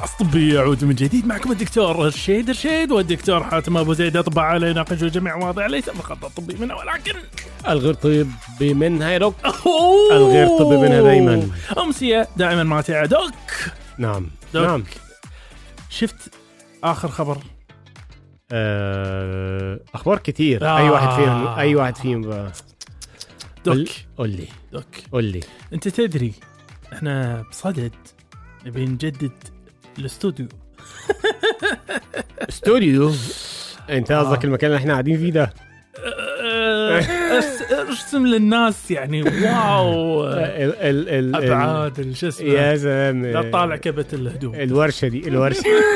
بودكاست طبي يعود من جديد. معكم الدكتور رشيد والدكتور حاتم أبو زيد. أطباء على يناقشوا جميع مواضيع ليس فقط الطبي منها ولكن الغير طبي منها يا دوك. الغير طبي منها دايما. أمسية دائما ماتي يا دوك. نعم دوك. نعم. شفت آخر خبر؟ أخبار كتير. أي واحد فيهم بقى. دوك قل لي أنت تدري إحنا بصدد نبي نجدد الاستوديو. استوديو؟ أنت قصدك المكان اللي إحنا قاعدين فيه ده؟ ارسم للناس يعني واو أبعاد الجسم يا سلام. لا طالع كبة الهدوم الورشة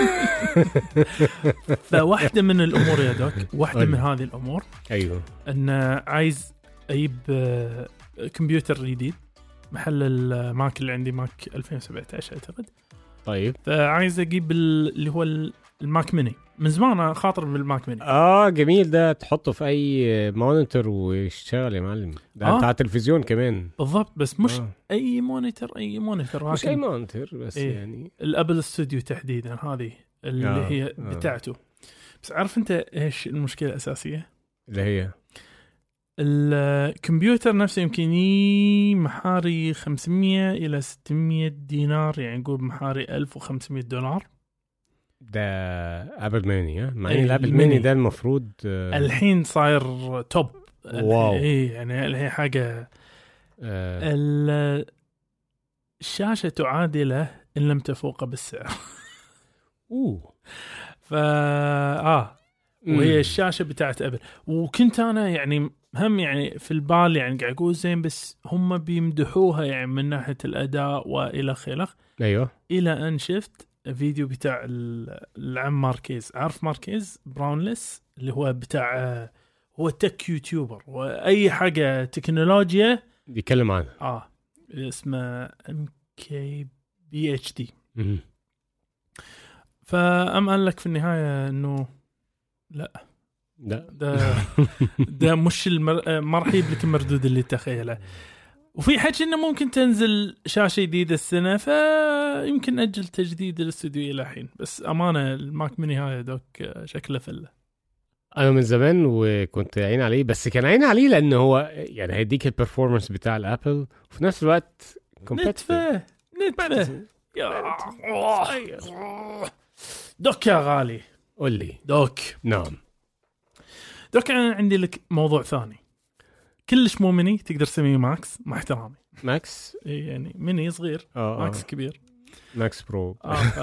فواحدة من الأمور يا دوك، واحدة من هذه الأمور أيوه أن عايز أجيب كمبيوتر جديد محل الماك اللي عندي، ماك 2017 أعتقد. طيب فعايز أجيب اللي هو الماك ميني. من زمان خاطر بالماك ميني. جميل ده، تحطه في أي مونيتور ويشتغل يا معلم. ده بتاع تلفزيون كمان. بالضبط، بس مش أي مونيتور مش أي مونيتور بس إيه؟ يعني الأبل استوديو تحديدا هذه اللي هي بتاعته. بس عارف أنت إيش المشكلة الأساسية؟ اللي هي الكمبيوتر نفسه يمكن محاري 500 إلى 600 دينار، يعني نقول محاري $1500. ده ابل ميني مع ان إيه الابل ميني ده المفروض الحين صاير توب. واو. ايه يعني هي حاجه الشاشه تعادله ان لم تفوق بالسعر. وهي الشاشه بتاعت ابل. وكنت انا يعني هم يعني في البال يعني قاعد اقول زين، بس هم بيمدحوها يعني من ناحيه الاداء والى خلق. ايوه، الى ان شفت فيديو بتاع العم ماركيز. عارف ماركيز براونلس اللي هو بتاع هو تك يوتيوبر واي حاجه تكنولوجيا بيتكلم عنها. اسمه MKBHD. فأم قال لك في النهايه انه لا ده مش مرحب لك المردود اللي تخيله. وفي حكي انه ممكن تنزل شاشه جديده السنه، فيمكن اجل تجديد الاستوديو الى حين. بس امانه الماك ميني هاي دوك شكله فله. انا من زمان وكنت عين عليه، بس كان عين عليه لان هو يعني هيديك البرفورمانس بتاع الابل وفي نفس الوقت نتفه يا دوك يا غالي. قول لي دوك. نعم دوك، انا عندي لك موضوع ثاني كلش مو ميني، تقدر تسميه ماكس مع احترامي. ماكس يعني ميني صغير، ماكس كبير، ماكس برو.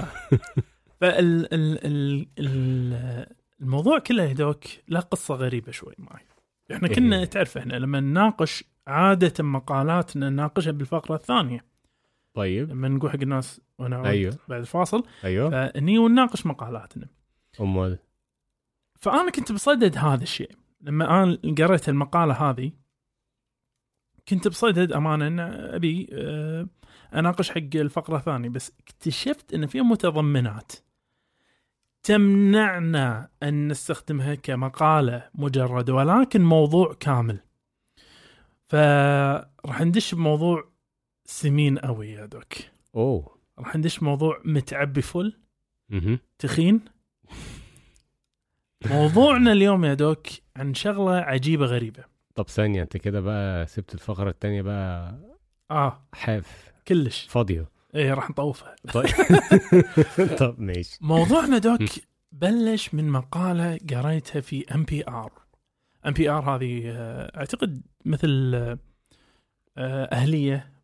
الموضوع كله هدوك لا قصة غريبة شوي معي. احنا كنا تعرف احنا لما نناقش عادة مقالاتنا نناقشها بالفقرة الثانية. طيب لما نقول حق الناس وانا أيوه. بعد الفاصل فاني ونناقش مقالاتنا. فأنا كنت بصدد هذا الشيء لما أنا قرأت المقالة هذه. كنت بصدد أمانة أن أبي أناقش حق الفقرة الثانية، بس اكتشفت أن فيها متضمنات تمنعنا أن نستخدمها كمقالة مجرد ولكن موضوع كامل. فرح ندش بموضوع سمين قوي يا دوك. رح ندش بموضوع متعبي فل تخين. موضوعنا اليوم يا دوك عن شغلة عجيبة غريبة. طب ثانية، انت كده بقى سبت الفقرة التانية بقى حاف كلش فاضية. ايه راح نطوفها. طب ماشي. موضوعنا دوك بلش من مقالة قريتها في NPR. هذه اعتقد مثل أهلية،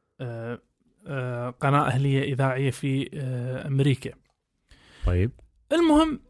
قناة أهلية إذاعية في أمريكا. طيب المهم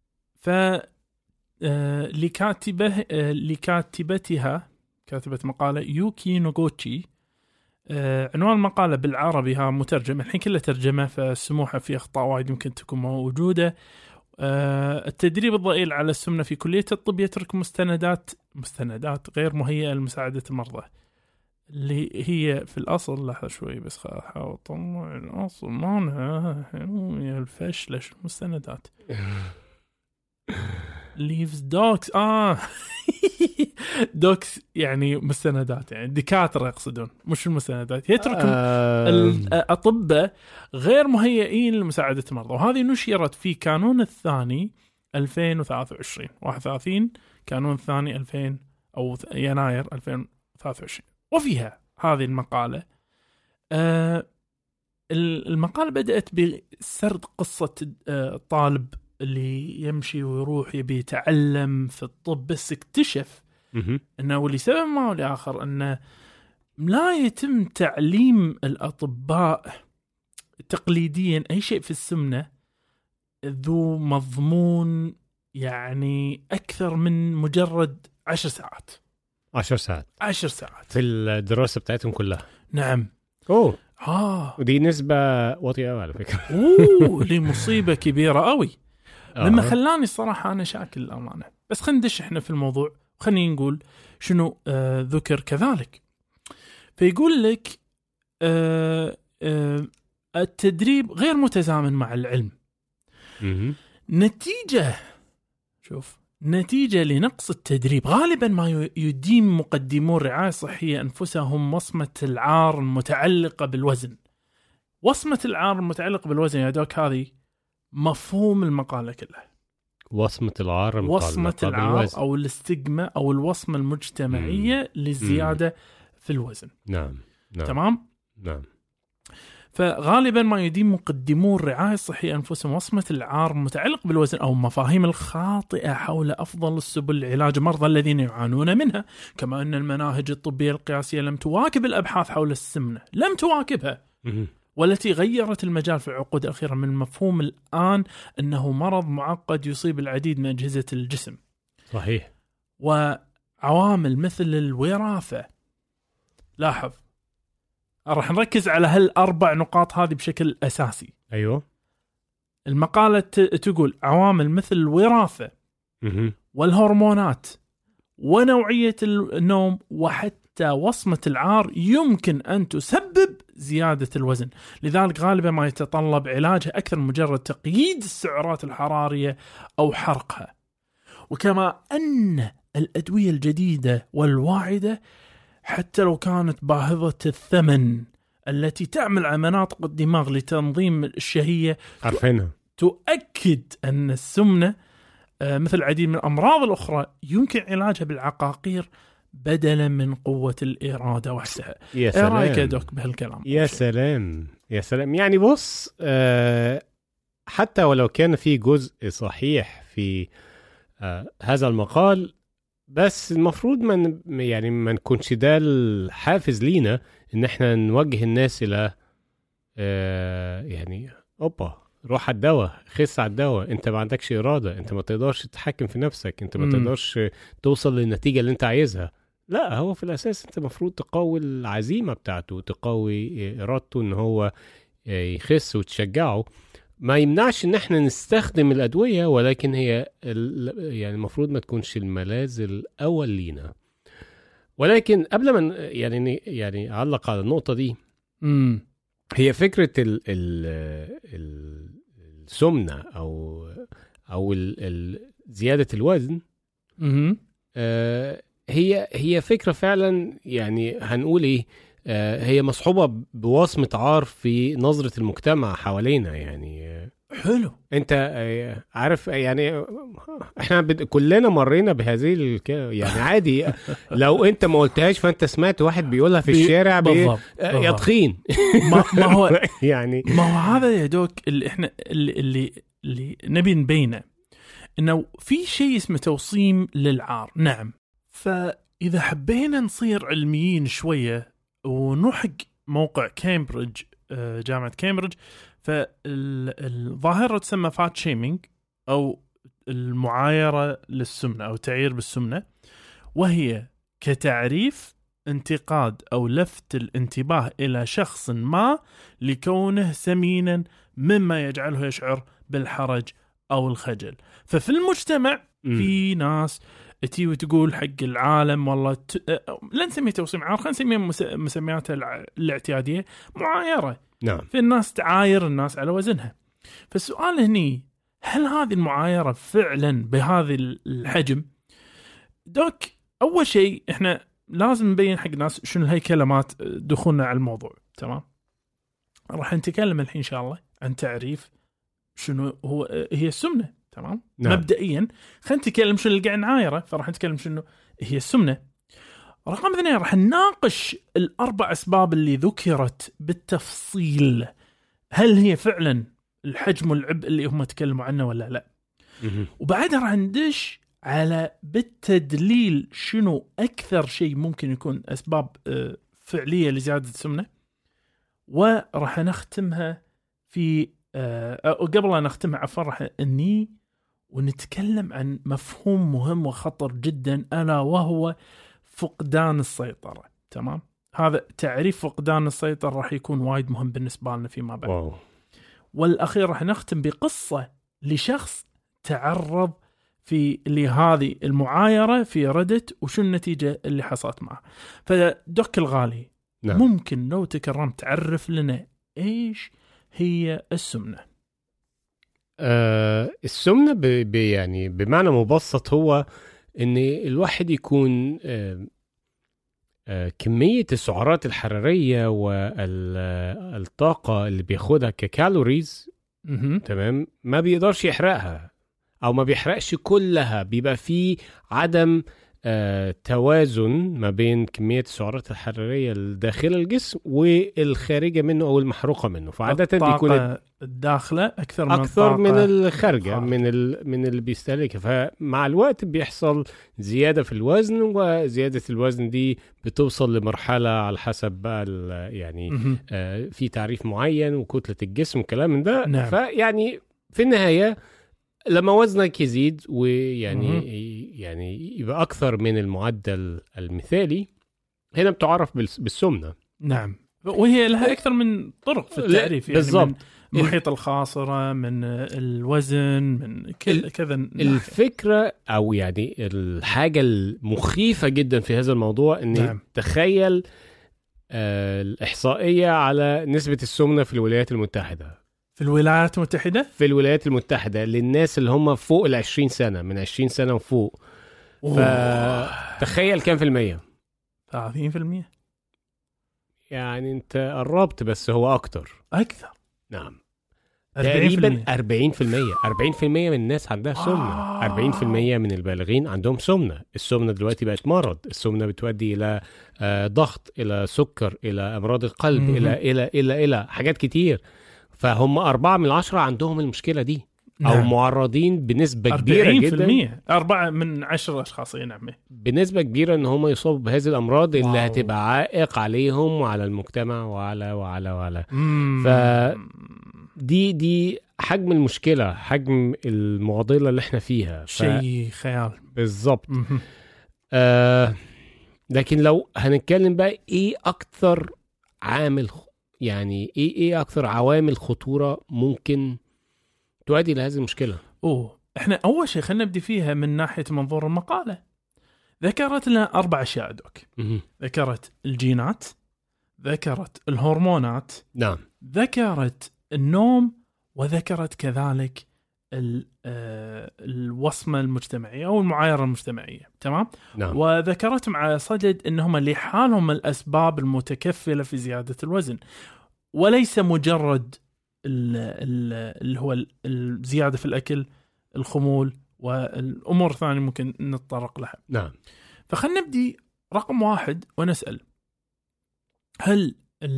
لكاتبتها كاتبة مقالة يوكي نوغوتشي. عنوان المقالة بالعربي ها مترجم الحين كله ترجمة، فسموحة في أخطاء وايد ممكن تكون موجودة. التدريب الضئيل على السمنة في كلية الطب يترك مستندات غير مهيئة لمساعدة المرضى، اللي هي في الأصل لحظة شوي بس حاول أطلع الأصل معناها الفشلة مستندات. leaves docs docs يعني مستندات، يعني دكاترة يقصدون مش المستندات، يترك الأطباء غير مهيئين لمساعدة المرضى. وهذه نشرت في كانون الثاني 2023 31 كانون الثاني 2000 أو يناير 2023. وفيها هذه المقالة المقالة بدأت بسرد قصة الطالب اللي يمشي ويروح يبي يتعلم في الطب، بس اكتشف أنه لسبب ما ولآخر أنه لا يتم تعليم الأطباء تقليديا أي شيء في السمنة ذو مضمون يعني أكثر من مجرد 10 ساعات 10 ساعات 10 ساعات في الدراسة بتاعتهم كلها. نعم. ودي نسبة واطية على فكرة. دي مصيبة كبيرة قوي. مما خلاني الصراحة أنا شاكل الأمانة. بس خلينا ندش إحنا في الموضوع، خلينا نقول شنو ذكر كذلك. فيقول لك التدريب غير متزامن مع العلم. نتيجة لنقص التدريب غالبا ما يديم مقدمو الرعاية الصحية أنفسهم وصمة العار المتعلقة بالوزن. وصمة العار المتعلقة بالوزن يا دوك هذه مفهوم المقالة كلها. وصمة العار أو الاستجمة أو الوصمة المجتمعية للزيادة في الوزن. نعم. تمام. نعم. فغالبا ما يديم مقدمو الرعاية الصحية أنفسهم وصمة العار المتعلق بالوزن أو مفاهيم الخاطئة حول أفضل السبل لعلاج مرضى الذين يعانون منها، كما أن المناهج الطبية القياسية لم تواكب الأبحاث حول السمنة، لم تواكبها، والتي غيرت المجال في العقود الأخيرة من مفهوم الآن أنه مرض معقد يصيب العديد من أجهزة الجسم. صحيح. وعوامل مثل الوراثة. لاحظ، راح نركز على هالأربع نقاط هذه بشكل أساسي. أيوة. المقالة تقول عوامل مثل الوراثة والهرمونات ونوعية النوم وحتى وصمة العار يمكن أن تسبب زيادة الوزن، لذلك غالبا ما يتطلب علاجها أكثر من مجرد تقييد السعرات الحرارية أو حرقها. وكما أن الأدوية الجديدة والواعدة حتى لو كانت باهظة الثمن التي تعمل على مناطق الدماغ لتنظيم الشهية عارفينها، تؤكد أن السمنة مثل العديد من الأمراض الأخرى يمكن علاجها بالعقاقير بدلا من قوة الإرادة وحدها. يا سلام. إيه رأيك يا دوك بهالكلام؟ يا سلام يا سلام. يعني بص، حتى ولو كان في جزء صحيح في هذا المقال، بس المفروض ما نكونش ده الحافز لينا ان احنا نوجه الناس الى يعني روح على الدواء، خس على الدواء، انت ما عندكش إرادة، انت ما تقدرش تتحكم في نفسك، انت ما تقدرش توصل للنتيجة اللي انت عايزها. لا، هو في الأساس انت مفروض تقوي العزيمة بتاعته، تقوي إرادته ان هو يخس وتشجعه. ما يمنعش ان احنا نستخدم الأدوية، ولكن هي يعني المفروض ما تكونش الملاذ الأول لينا. ولكن قبل ما يعني أعلق على النقطة دي، هي فكرة السمنة أو زيادة الوزن. هي فكرة فعلا، يعني هنقول ايه، هي مصحوبة بوصمة عار في نظرة المجتمع حوالينا. يعني حلو، انت عارف، يعني احنا كلنا مرينا بهذه يعني عادي. لو انت ما قلتهاش فانت سمعت واحد بيقولها في الشارع يا تخين. ما هو يعني ما هو هذا يا دوك اللي احنا اللي نبي نبينه، انه في شيء اسمه توصيم للعار. نعم. فاذا حبينا نصير علميين شوية ونحق موقع كامبريدج، جامعة كامبريدج، فالظاهرة تسمى فات شيمينج أو المعايرة للسمنة أو تعيير بالسمنة، وهي كتعريف انتقاد أو لفت الانتباه إلى شخص ما لكونه سمينا مما يجعله يشعر بالحرج أو الخجل. ففي المجتمع في ناس تي وتقول حق العالم والله لا نسميه توصيم عار، خلينا نسميه مسمياتها الاعتيادية معايرة. نعم. في الناس تعاير الناس على وزنها. فالسؤال هني، هل هذه المعايرة فعلا بهذا الحجم؟ دوك أول شيء إحنا لازم نبين حق الناس شنو هي كلمات دخولنا على الموضوع. تمام، راح نتكلم الحين إن شاء الله عن تعريف شنو هي السمنة. تمام. نعم. مبدئيا خلينا نتكلم شنو اللي قاعد نعايره، فراح نتكلم شنو هي السمنة. رقم 2 راح نناقش الأربع أسباب اللي ذكرت بالتفصيل، هل هي فعلا الحجم والعبء اللي هم تكلموا عنه ولا لا. وبعدها راح ندش على بالتدليل شنو أكثر شيء ممكن يكون أسباب فعلية لزيادة السمنة، وراح نختمها في وقبل أن نختمها عفوا راح ونتكلم عن مفهوم مهم وخطر جدا، ألا وهو فقدان السيطرة. تمام، هذا تعريف فقدان السيطرة راح يكون وايد مهم بالنسبة لنا فيما بعد. واو. والأخير راح نختم بقصة لشخص تعرض في لهذه المعايرة في ردت وشو النتيجة اللي حصلت معه. فدك الغالي، نعم. ممكن لو تكرمت تعرف لنا إيش هي السمنة؟ السمنة يعني بمعنى مبسط هو ان الواحد يكون كمية السعرات الحرارية والطاقة اللي بياخدها ككالوريز تمام ما بيقدرش يحرقها او ما بيحرقش كلها، بيبقى فيه عدم توازن ما بين كمية السعرات الحرارية الداخل الجسم والخارجة منه او المحروقة منه. فعادة بيكون الداخلة أكثر من الخارجة من اللي بيستهلكها. فمع الوقت بيحصل زيادة في الوزن، وزيادة الوزن دي بتوصل لمرحلة على حسب بقى يعني في تعريف معين وكتلة الجسم وكلام من ده. نعم. فيعني في النهاية لما وزنك يزيد يعني يبقى أكثر من المعدل المثالي، هنا بتعرف بالسمنة. نعم، وهي لها أكثر من طرق في التعريف، يعني بالضبط. من محيط الخاصرة، من الوزن، من كذا. الفكرة أو يعني الحاجة المخيفة جدا في هذا الموضوع إن نعم. تخيل الإحصائية على نسبة السمنة في الولايات المتحدة. في الولايات المتحدة؟ في الولايات المتحدة للناس اللي هم فوق 20 سنة، من 20 سنة وفوق. فتخيل كم في المية؟ 30%. يعني انت قربت، بس هو أكتر. نعم، 40%. تقريبا 40% من الناس عندها سمنة. 40% من البالغين عندهم سمنة. السمنة دلوقتي بقت مرض. السمنة بتؤدي إلى ضغط، إلى سكر، إلى أمراض القلب، إلى حاجات كتير. فهم 4 من 10 عندهم المشكلة دي. نعم. أو معرضين بنسبة كبيرة جدا. 4 من 10 أشخاص. نعم، بنسبة كبيرة إن هم يصابوا بهذه الأمراض اللي هتبقى عائق عليهم وعلى المجتمع وعلى دي حجم المشكلة، حجم المعضلة اللي احنا فيها. شيء خيال بالضبط. لكن لو هنتكلم بقى ايه اكثر عامل، يعني ايه اكثر عوامل خطورة ممكن تؤدي لهذه المشكلة؟ احنا اول شيء خلينا نبدي فيها من ناحية منظور المقالة. ذكرت لنا 4 أشياء دوك. ذكرت الجينات، ذكرت الهرمونات، نعم، ذكرت النوم، وذكرت كذلك الوصمة المجتمعية أو المعايرة المجتمعية. تمام؟ نعم. وذكرت مع صدد أنهم لحالهم الأسباب المتكفلة في زيادة الوزن، وليس مجرد اللي هو الزيادة في الأكل، الخمول والأمور الثانية ممكن نتطرق لها. نعم. فخلنا نبدي رقم 1 ونسأل: هل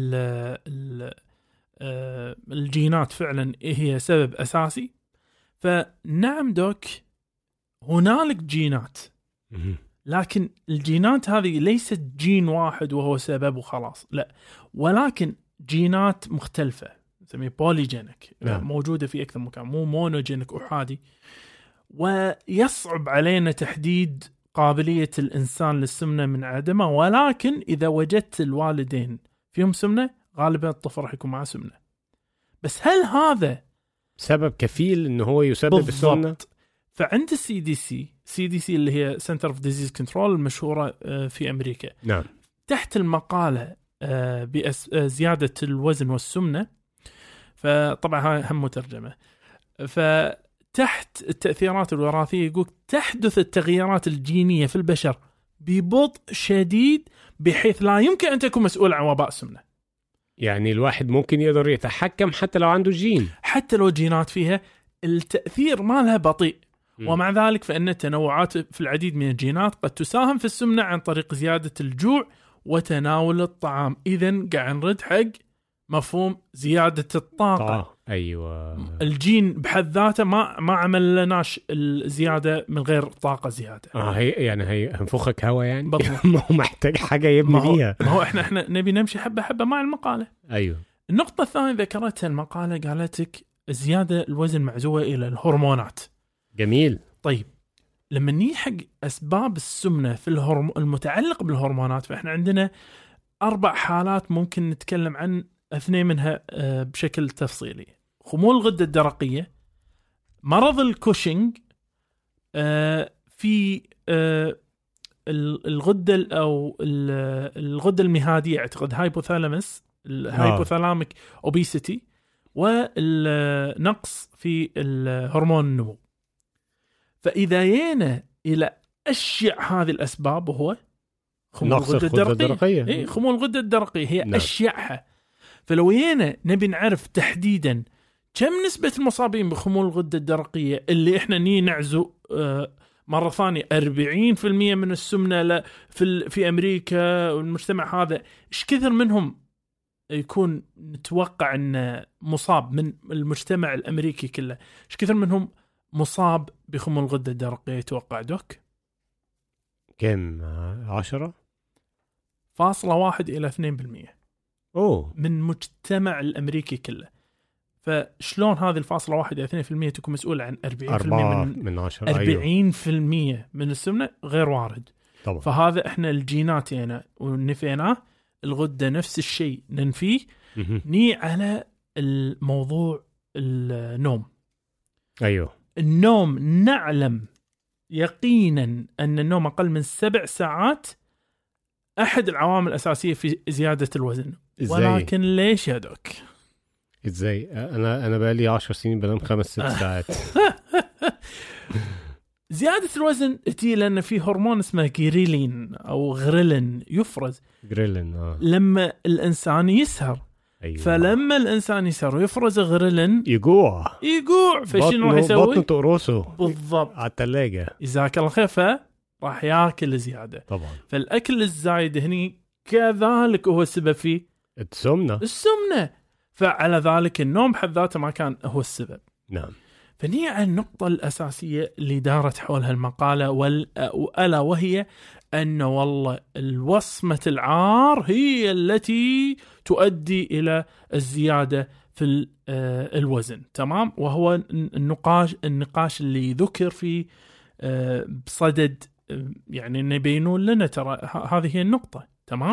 الجينات فعلا هي سبب أساسي؟ فنعم دوك، هنالك جينات، لكن الجينات هذه ليست جين واحد وهو سبب وخلاص، لا، ولكن جينات مختلفة نسميه بوليجينيك. نعم. موجودة في أكثر مكان، مو مونوجينيك أحادي. ويصعب علينا تحديد قابلية الإنسان للسمنة من عدمه، ولكن إذا وجدت الوالدين فيهم سمنة غالبا الطفل راح يكون معه سمنة. بس هل هذا سبب كفيل إنه هو يسبب السمنة؟ فعند CDC اللي هي Center of Disease Control المشهورة في أمريكا، نعم، تحت المقالة بزيادة الوزن والسمنة، فطبعا هاي هم مترجمة، تحت التأثيرات الوراثية يقول تحدث التغييرات الجينية في البشر ببطء شديد بحيث لا يمكن أن تكون مسؤول عن وباء السمنة. يعني الواحد ممكن يقدر يتحكم حتى لو عنده جين، حتى لو جينات فيها التأثير مالها بطيء. ومع ذلك فإن التنوعات في العديد من الجينات قد تساهم في السمنة عن طريق زيادة الجوع وتناول الطعام. إذن قاعد نرد حق مفهوم زيادة الطاقة. أيوة. الجين بحد ذاته ما عمل لناش الزيادة من غير طاقة زيادة. هي يعني هي هنفخك هوا يعني. ما هو محتاج حاجة يبني بيها. ما هو احنا نبي نمشي حبة حبة مع المقالة. أيوة. النقطة الثانية ذكرتها المقالة، قالتك زيادة الوزن معزوة إلى الهرمونات. جميل. طيب لما نيجي حق أسباب السمنة في المتعلق بالهرمونات، فإحنا عندنا 4 حالات ممكن نتكلم عن 2 منها بشكل تفصيلي. خمول الغدة الدرقية، مرض الكوشنج، في الغدة أو الغدة المهادية اعتقد هايبوثالامس، الهايبوثالاميك اوبيسيتي، والنقص في هرمون النمو. فإذا جينا إلى أشيع هذه الأسباب وهو خمول الغدة الدرقية. إيه، خمول الغدة الدرقية هي أشيعها. فلو جينا نبي نعرف تحديدا كم نسبة المصابين بخمول الغدة الدرقية اللي إحنا نعزو مرة ثانية 40% من السمنة في أمريكا والمجتمع هذا، إيش كثر منهم يكون نتوقع أن مصاب من المجتمع الأمريكي كله؟ إيش كثر منهم مصاب بخمول الغدة الدرقية يتوقع دوك؟ كم؟ 10.1 إلى 2% من مجتمع الأمريكي كله. فشلون هذه 1.1 إلى 2% تكون مسؤولة عن 40% من 10؟ 40% من السمنة؟ غير وارد طبعا. فهذا احنا الجينات هنا ونفيناه، الغدة نفس الشيء ننفيه. ني على الموضوع النوم. أيوه، النوم نعلم يقينا أن النوم أقل من 7 ساعات أحد العوامل الأساسية في زيادة الوزن. ولكن ليش يا دوك؟ إزاي؟ أنا بقالي 10 سنين بنام 5-6 ساعات. زيادة الوزن تي لأن في هرمون اسمه غريلين أو غريلين يفرز. غريلين لما الإنسان يسهر. أيوة. فلما الإنسان يسهر ويفرز غريلين يجوع فشين راح يسوي؟ بطنه تقرصه بالضبط على الثلاجة. إذا كان خفة راح يأكل زيادة. طبعا. فالأكل الزايد هني كذلك هو السبب فيه السمنة. فعلى ذلك النوم بحد ذاته ما كان هو السبب. نعم. فنيجي النقطة الأساسية اللي دارت حولها المقالة وألا وهي أن والله الوصمة العار هي التي تؤدي إلى الزيادة في الوزن. تمام. وهو النقاش اللي ذكر في بصدد يعني نبينون لنا ترى هذه هي النقطة. تمام.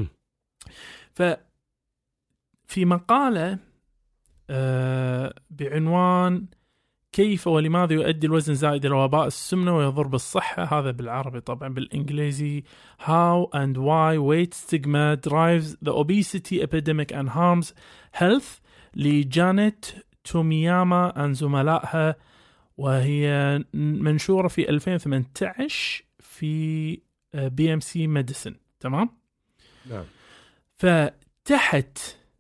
ففي مقالة بعنوان كيف ولماذا يؤدي الوزن زائد إلى وباء السمنة ويضر بالصحة، هذا بالعربي طبعا، بالإنجليزي How and why weight stigma drives the obesity epidemic and harms health لجانيت تومياما عن زملائها، وهي منشورة في 2018 في BMC Medicine. تمام. نعم. فتحت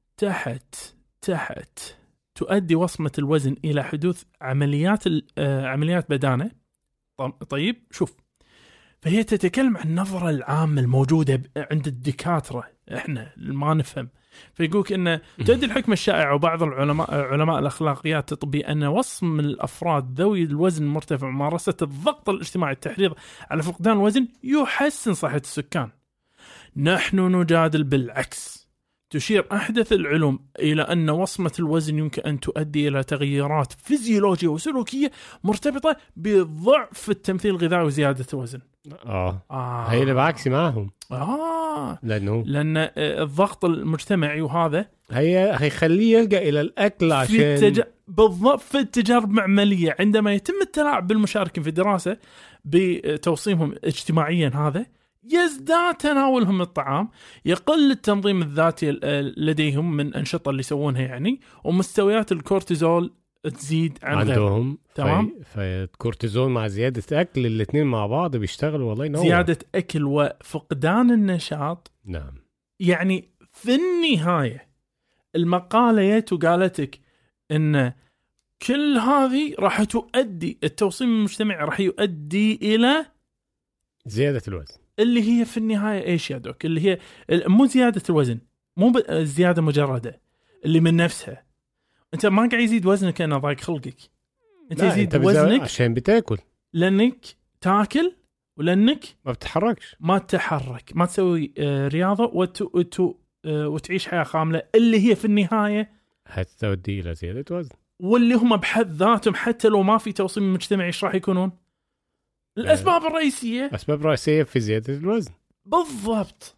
تؤدي وصمة الوزن إلى حدوث عمليات بدانة. طيب شوف، فهي تتكلم عن النظرة العامة الموجودة عند الدكاترة، إحنا ما نفهم. فيقولك أن تؤدي الحكمة الشائعة وبعض علماء الأخلاقيات الطبية أن وصم الأفراد ذوي الوزن المرتفع وممارسة الضغط الاجتماعي التحريض على فقدان الوزن يحسن صحة السكان. نحن نجادل بالعكس. تشير أحدث العلوم إلى أن وصمة الوزن يمكن أن تؤدي إلى تغيرات فيزيولوجية وسلوكية مرتبطة بضعف التمثيل الغذائي وزيادة الوزن. هي اللي بعكسي معهم. لأن الضغط المجتمعي وهذا هيخليه يلجأ إلى الأكل عشان بالضبط في التجارب معملية. عندما يتم التلاعب بالمشاركين في الدراسة بتوصيمهم اجتماعيا هذا، يزداد تناولهم الطعام، يقل التنظيم الذاتي لديهم من أنشطة اللي يسوونها يعني، ومستويات الكورتيزول تزيد عن غيرهم عندهم. تمام. فالكورتيزون مع زيادة أكل الاثنين مع بعض بيشتغلوا والله ينور. زيادة أكل وفقدان النشاط. نعم. يعني في النهاية المقالة جت وقالتك إن كل هذه راح تؤدي، التوصيل المجتمعي راح يؤدي إلى زيادة الوزن، اللي هي في النهاية إيش يا دوك؟ اللي هي مو زيادة الوزن، مو زيادة مجردة اللي من نفسها. أنت ما قاعد يزيد وزنك أنا ضايق خلقك، أنت يزيد وزنك عشان بتاكل، لأنك تاكل ولأنك ما بتتحركش، ما تتحرك، ما تسوي رياضة وتعيش حياة خاملة اللي هي في النهاية هتودي إلى زيادة وزن. واللي هم بحد ذاتهم حتى لو ما في توصيل مجتمعي ايش راح يكونون الأسباب الرئيسية؟ أسباب رئيسية في زيادة الوزن. بالضبط.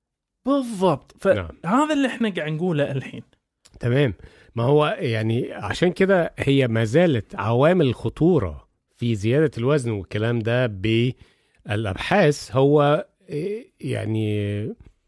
فهذا اللي احنا قاعد نقوله الحين. تمام. ما هو يعني عشان كده هي ما زالت عوامل الخطورة في زيادة الوزن والكلام ده بالأبحاث هو يعني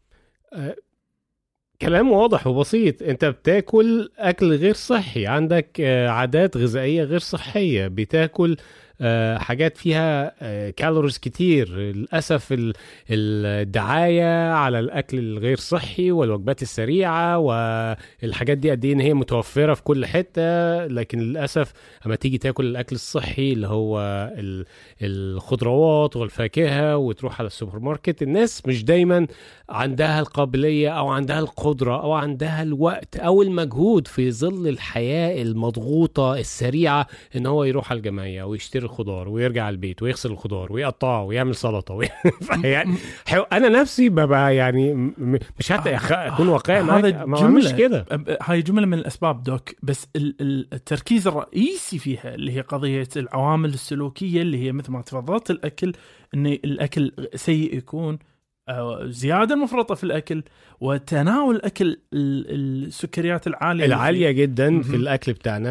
كلام واضح وبسيط. انت بتاكل أكل غير صحي، عندك عادات غذائية غير صحية، بتاكل حاجات فيها كالوريز كتير. للأسف الدعاية على الأكل الغير صحي والوجبات السريعة والحاجات دي قد ايه ان هي متوفرة في كل حتة، لكن للأسف اما تيجي تاكل الأكل الصحي اللي هو الخضروات والفاكهة وتروح على السوبر ماركت، الناس مش دايما عندها القابلية أو عندها القدرة أو عندها الوقت أو المجهود في ظل الحياة المضغوطة السريعة ان هو يروح على الجمعية ويشتري الخضار ويرجع البيت ويغسل الخضار ويقطعه ويعمل سلطه يعني انا نفسي ببقى يعني مش حتى اكون واقعي معاك، مش كده. هاي جمله من الاسباب دوك، بس التركيز الرئيسي فيها اللي هي قضيه العوامل السلوكيه اللي هي مثل ما تفضلت الأكل، ان الاكل سيء يكون زيادة المفرطة في الأكل وتناول الأكل السكريات العالية جدا في الأكل بتاعنا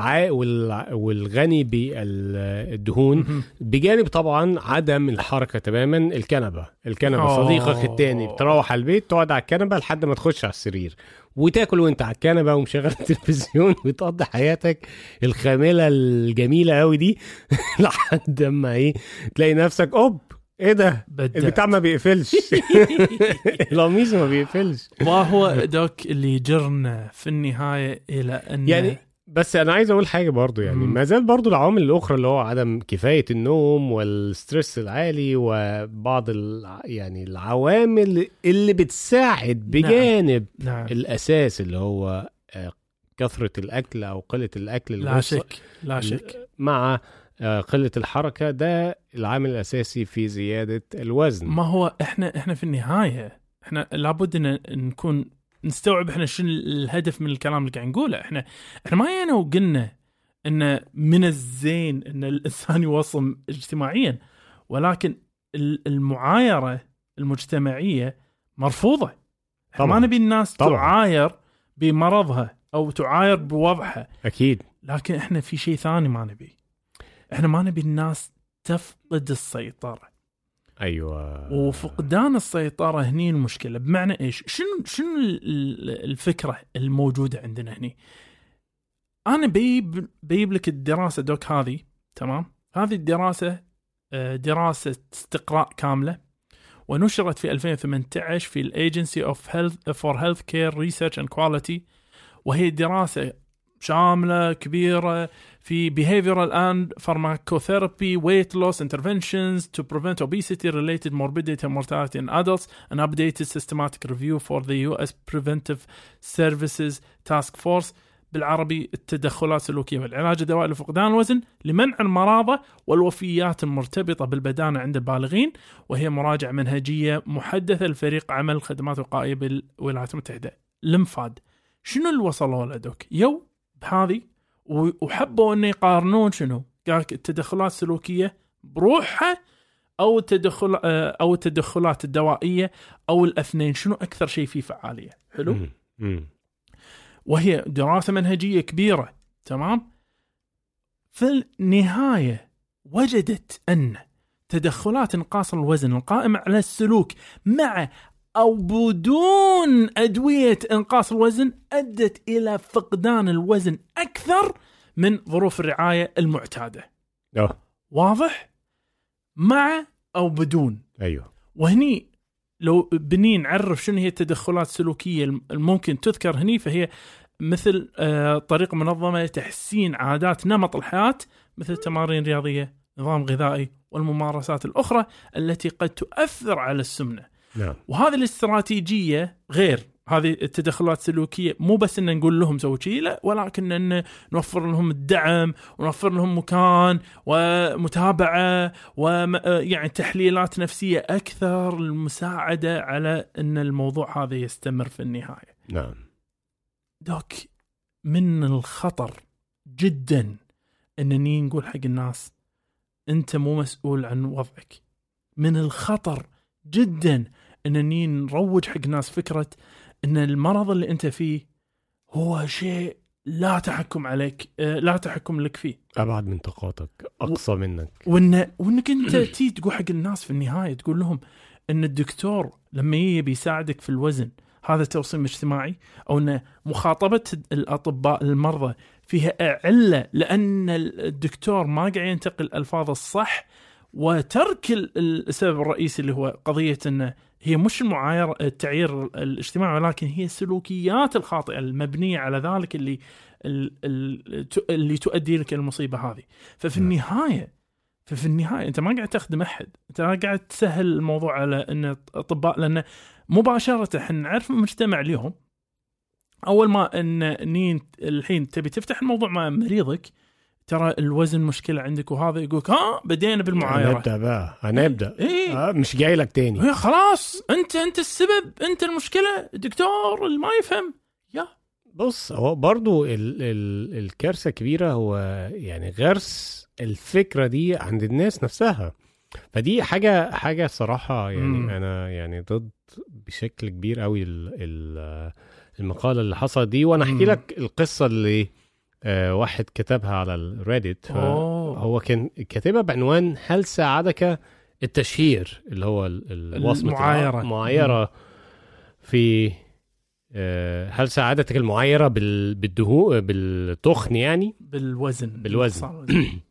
والغني بالدهون، بجانب طبعا عدم الحركة تماما. الكنبة صديقك التاني، بتروح على البيت تقعد على الكنبة لحد ما تخش على السرير وتاكل وانت على الكنبة ومشغل التلفزيون وتقضي حياتك الخاملة الجميلة قوي دي لحد ما تلاقي نفسك ايه ده البتاع ما بيقفلش القميص ما بيقفلش. وهو دوك اللي جرنا في النهاية إلى أن يعني بس أنا عايز أقول حاجة برضو، يعني ما زال برضو العوامل الأخرى اللي هو عدم كفاية النوم والستريس العالي وبعض يعني العوامل اللي بتساعد بجانب نعم. الأساس اللي هو كثرة الأكل أو قلة الأكل، لا شك مع قلة الحركة، ده العامل الأساسي في زيادة الوزن. ما هو إحنا في النهاية إحنا لابد أن نكون نستوعب إحنا شنو الهدف من الكلام اللي قاعد نقوله. إحنا ما يعني وقلنا إن من الزين إن الإنسان يوصم اجتماعيا، ولكن المعايرة المجتمعية مرفوضة. إحنا ما نبي الناس تعاير بمرضها أو تعاير بوضعها، أكيد، لكن إحنا في شيء ثاني ما نبي. احنا ما نبي الناس تفقد السيطرة. ايوه، وفقدان السيطرة هني المشكلة. بمعنى ايش؟ شنو الفكرة الموجودة عندنا هني؟ انا بيب لك الدراسة دوك هذه، تمام؟ هذه الدراسة دراسة استقراء كاملة ونشرت في 2018 في الأيجنسي for Healthcare Research and Quality، وهي دراسة شاملة كبيرة في behavioral and pharmacotherapy weight loss interventions to prevent obesity-related morbidity and mortality in adults, an updated systematic review for the US Preventive Services Task Force، بالعربي التدخلات السلوكية والعلاج الدوائي لفقدان الوزن لمنع المرضى والوفيات المرتبطة بالبدانة عند البالغين، وهي مراجعة منهجية محدثة لفريق عمل الخدمات الوقائية بالولايات المتحدة. المفاد شنو اللي وصلوا له دوك بهذه؟ وحبوا أن يقارنون شنو قالك التدخلات السلوكية بروحها أو التدخلات الدوائية أو الأثنين، شنو أكثر شيء فيه فعالية. حلو. وهي دراسة منهجية كبيرة، تمام؟ في النهاية وجدت أن تدخلات انقاص الوزن القائمة على السلوك مع أو بدون أدوية إنقاص الوزن أدت إلى فقدان الوزن أكثر من ظروف الرعاية المعتادة. اه واضح؟ مع أو بدون. ايوه. وهني لو بني نعرف شنو هي التدخلات السلوكية الممكن تذكر هني، فهي مثل طريقة منظمة لتحسين عادات نمط الحياة، مثل تمارين رياضية، نظام غذائي، والممارسات الأخرى التي قد تؤثر على السمنة. نعم. وهذه الاستراتيجية غير هذه التدخلات السلوكية، مو بس إن نقول لهم سووا شيء، لا، ولكن إن نوفر لهم الدعم، ونوفر لهم مكان ومتابعة ويعني تحليلات نفسية أكثر للمساعدة على إن الموضوع هذا يستمر في النهاية. نعم دوك، من الخطر جدا إنني نقول حق الناس أنت مو مسؤول عن وضعك. من الخطر جدا إنني نروج حق الناس فكرة إن المرض اللي أنت فيه هو شيء لا تحكم عليك، لا تحكم لك فيه، أبعد من طاقتك، أقصى منك. وإنك أنت تيجي تقول حق الناس في النهاية، تقول لهم إن الدكتور لما يبي يساعدك في الوزن هذا توصيم اجتماعي، أو إن مخاطبة الأطباء المرضى فيها علة لأن الدكتور ما قاعد ينتقل الألفاظ الصح، وترك السبب الرئيسي اللي هو قضية إنه هي مش المعايرة التعيير الاجتماعي، ولكن هي السلوكيات الخاطئة المبنية على ذلك اللي تؤدي لك المصيبة هذه. ففي النهاية أنت ما قاعد تخدم أحد، أنت قاعد تسهل الموضوع على إن الأطباء، لأن مباشرة إحنا نعرف المجتمع اليوم أول ما إن الحين تبي تفتح الموضوع مع مريضك، ترى الوزن مشكلة عندك وهذا، يقولك بدينا بالمعايرة، هنبدأ بقى هنبدأ. إيه؟ مش جاي لك تاني، خلاص أنت السبب، أنت المشكلة، الدكتور اللي ما يفهم. بص، هو برضو الكارثة كبيرة، هو يعني غرس الفكرة دي عند الناس نفسها. فدي حاجة صراحة يعني أنا يعني ضد بشكل كبير قوي المقالة اللي حصلت دي. وأنا أحكي لك القصة اللي واحد كتبها على الريديت. هو كان كاتبها بعنوان هل ساعدك التشهير، اللي هو المعايرة في هل ساعدتك المعايرة بالتخن، يعني بالوزن.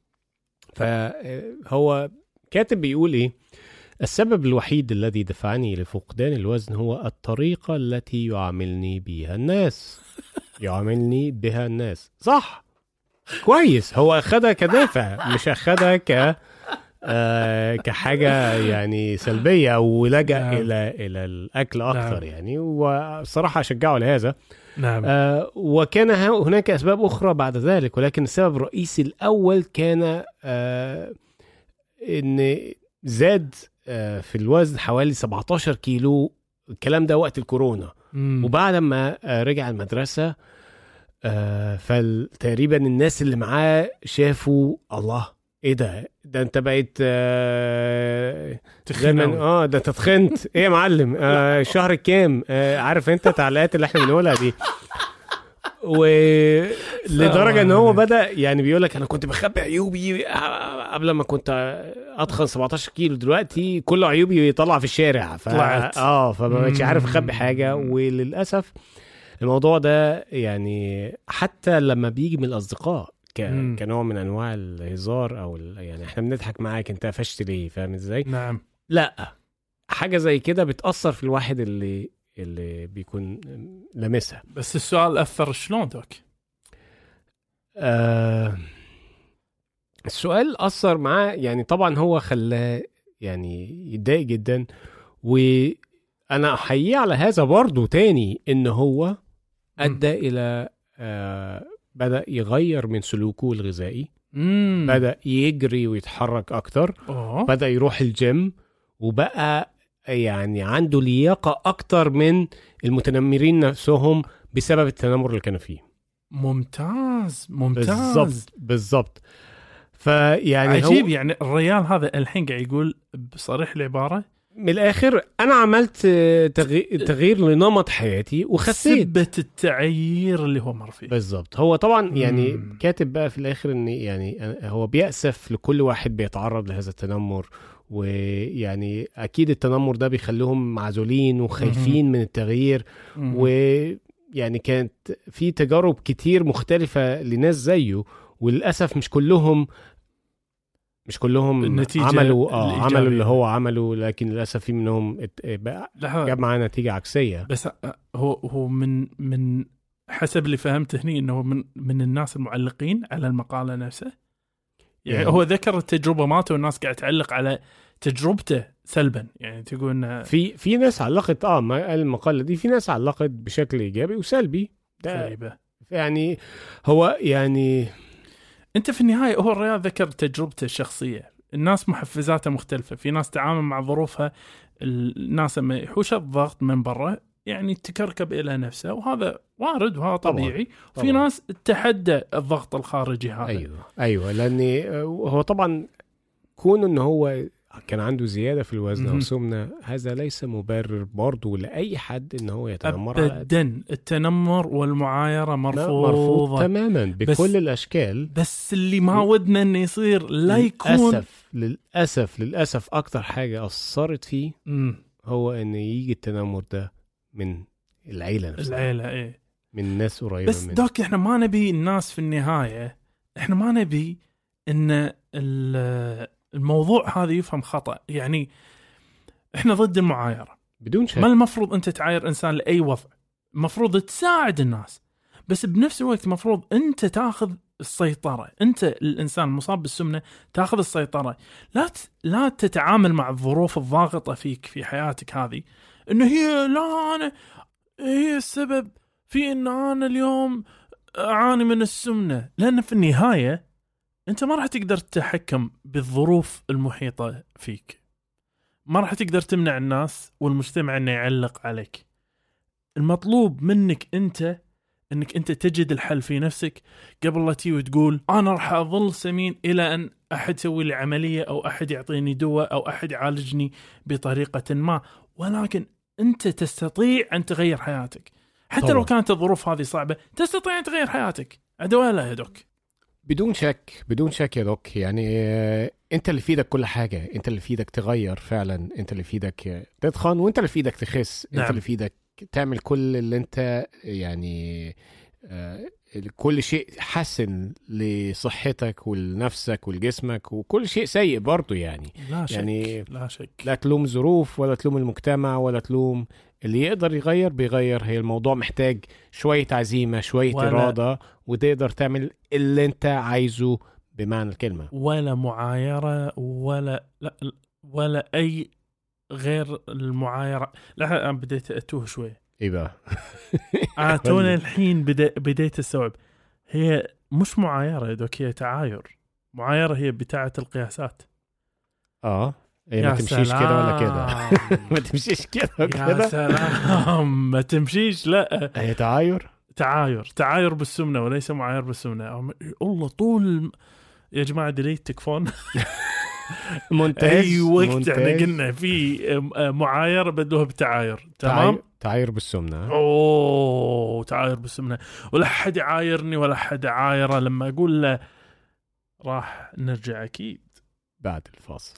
فهو كاتب بيقول ايه: السبب الوحيد الذي دفعني لفقدان الوزن هو الطريقة التي يعاملني بها الناس. صح، كويس. هو أخذها كدافع، مش أخذها كحاجة يعني سلبية أو لجأ إلى الأكل أكثر. يعني وصراحة أشجعه لهذا. وكان هناك أسباب أخرى بعد ذلك، ولكن السبب الرئيسي الأول كان إن زاد في الوزن حوالي 17 كيلو. الكلام ده وقت الكورونا. وبعد ما رجع المدرسة فتقريبا الناس اللي معاه شافوا الله، ايه ده انت بقيت تخنت. ده تتخنت ايه يا معلم؟ شهر كام؟ عارف انت تعليقات اللي احنا بنقولها دي. ولدرجة ان هو بدأ يعني بيقولك انا كنت بخبي عيوبي قبل ما كنت اتخن 17 كيلو، دلوقتي كل عيوبي يطلع في الشارع. فما بقتش عارف اخبي حاجة. وللأسف الموضوع ده يعني حتى لما بيجي من الأصدقاء كنوع من انواع الهزار، او يعني احنا بنضحك معاك، انت قفشت ليه؟ فاهم ازاي؟ نعم. لا، حاجة زي كده بتأثر في الواحد اللي بيكون لمسها. بس السؤال أثر شلون دوك؟ السؤال أثر معاه، يعني طبعا هو خلاه يعني يتضايق جدا. وأنا أحييه على هذا برضو تاني، إن هو أدى إلى بدأ يغير من سلوكه الغذائي. بدأ يجري ويتحرك أكتر. بدأ يروح الجيم، وبقى يعني عنده لياقة أكتر من المتنمرين نفسهم بسبب التنمر اللي كانوا فيه. ممتاز. بالضبط. فيعني عجيب. يعني الرجال هذا الحين قاعد يقول بصريح العبارة، من الآخر أنا عملت تغيير لنمط حياتي وخسيت. سبة التعيير اللي هو مر فيه. بالضبط. هو طبعا يعني كاتب بقى في الآخر إن يعني هو بيأسف لكل واحد بيتعرض لهذا التنمر. ويعني أكيد التنمر ده بيخليهم معزولين وخايفين من التغيير. ويعني كانت في تجارب كتير مختلفة لناس زيه، وللاسف مش كلهم النتيجة عملوا اللي هو عمله، لكن للاسف في منهم جاب معاه نتيجه عكسيه. بس هو من حسب اللي فهمته هني انه من الناس المعلقين على المقاله نفسها، يعني هو ذكر التجربه ماته والناس قاعد تعلق على تجربته سلبا، يعني تقول في ناس علقت المقاله دي، في ناس علقت بشكل ايجابي وسلبي. غريبه. يعني هو يعني انت في النهايه هو الرياض ذكر تجربته الشخصيه، الناس محفزاتها مختلفه، في ناس تعامل مع ظروفها، الناس لما يحوش الضغط من برا يعني تكركب الى نفسه، وهذا وارد وهذا طبيعي. في ناس تحدى الضغط الخارجي هذا. ايوه لاني هو طبعا كون انه هو كان عنده زياده في الوزن او سمنه، هذا ليس مبرر برضه لاي حد ان هو يتنمر. ابدا، التنمر والمعايره مرفوض تماما بكل الاشكال. بس اللي ما ودنا انه يصير لا يكون للاسف اكتر حاجه اثرت فيه هو ان يجي التنمر ده من العيله نفسها، من ناس قريبه بس منه. دوك احنا ما نبي الناس في النهايه، احنا ما نبي ان الموضوع هذا يفهم خطأ. يعني احنا ضد المعايرة بدون شك. ما المفروض انت تعاير انسان لاي وضع، المفروض تساعد الناس، بس بنفس الوقت المفروض انت تاخذ السيطرة. انت الانسان المصاب بالسمنة تاخذ السيطرة، لا تتعامل مع الظروف الضاغطة فيك في حياتك هذه انه هي السبب في ان انا اليوم اعاني من السمنة، لان في النهاية انت ما راح تقدر تتحكم بالظروف المحيطة فيك، ما راح تقدر تمنع الناس والمجتمع انه يعلق عليك. المطلوب منك انك انت تجد الحل في نفسك قبل لا تيجي وتقول انا راح اظل سمين الى ان احد يسوي لي عملية او احد يعطيني دواء او احد يعالجني بطريقة ما. ولكن انت تستطيع ان تغير حياتك حتى طبعا. لو كانت الظروف هذه صعبة تستطيع ان تغير حياتك. ادوالها يا دوك بدون شك يا دوك. يعني انت اللي في ايدك كل حاجه، انت اللي في ايدك تغير فعلا، انت اللي في ايدك تتخن، وانت اللي في ايدك تخس. نعم. انت اللي في ايدك تعمل كل اللي انت يعني كل شيء حسن لصحتك ولنفسك ولجسمك، وكل شيء سيء برضو يعني. لا شك لا تلوم ظروف ولا تلوم المجتمع ولا تلوم اللي يقدر يغير بيغير. هي الموضوع محتاج شوية عزيمة، شوية إرادة، وتقدر تعمل اللي انت عايزه بمعنى الكلمة. ولا معايرة ولا أي غير المعايرة. لا بديت أتوه شوي. إيه بقى؟ تونا الحين بديت أستوعب. هي مش معايرة يا دوك، هي تعاير. معايرة هي بتاعة القياسات. ما تمشيش كده ولا كده. ما تمشيش كده يا سلام. ما تمشيش. لا هي تعاير بالسمنة وليس معاير بالسمنة. الله طول يا جماعة ديليت تكفون. مونتاج. أي وقت احنا قلنا في معايرة بدوها بتعاير. تمام. تعاير بالسمنة. تعاير بالسمنة. ولا حد يعايرني ولا حد عايره. لما أقول له راح نرجع أكيد بعد الفاصل.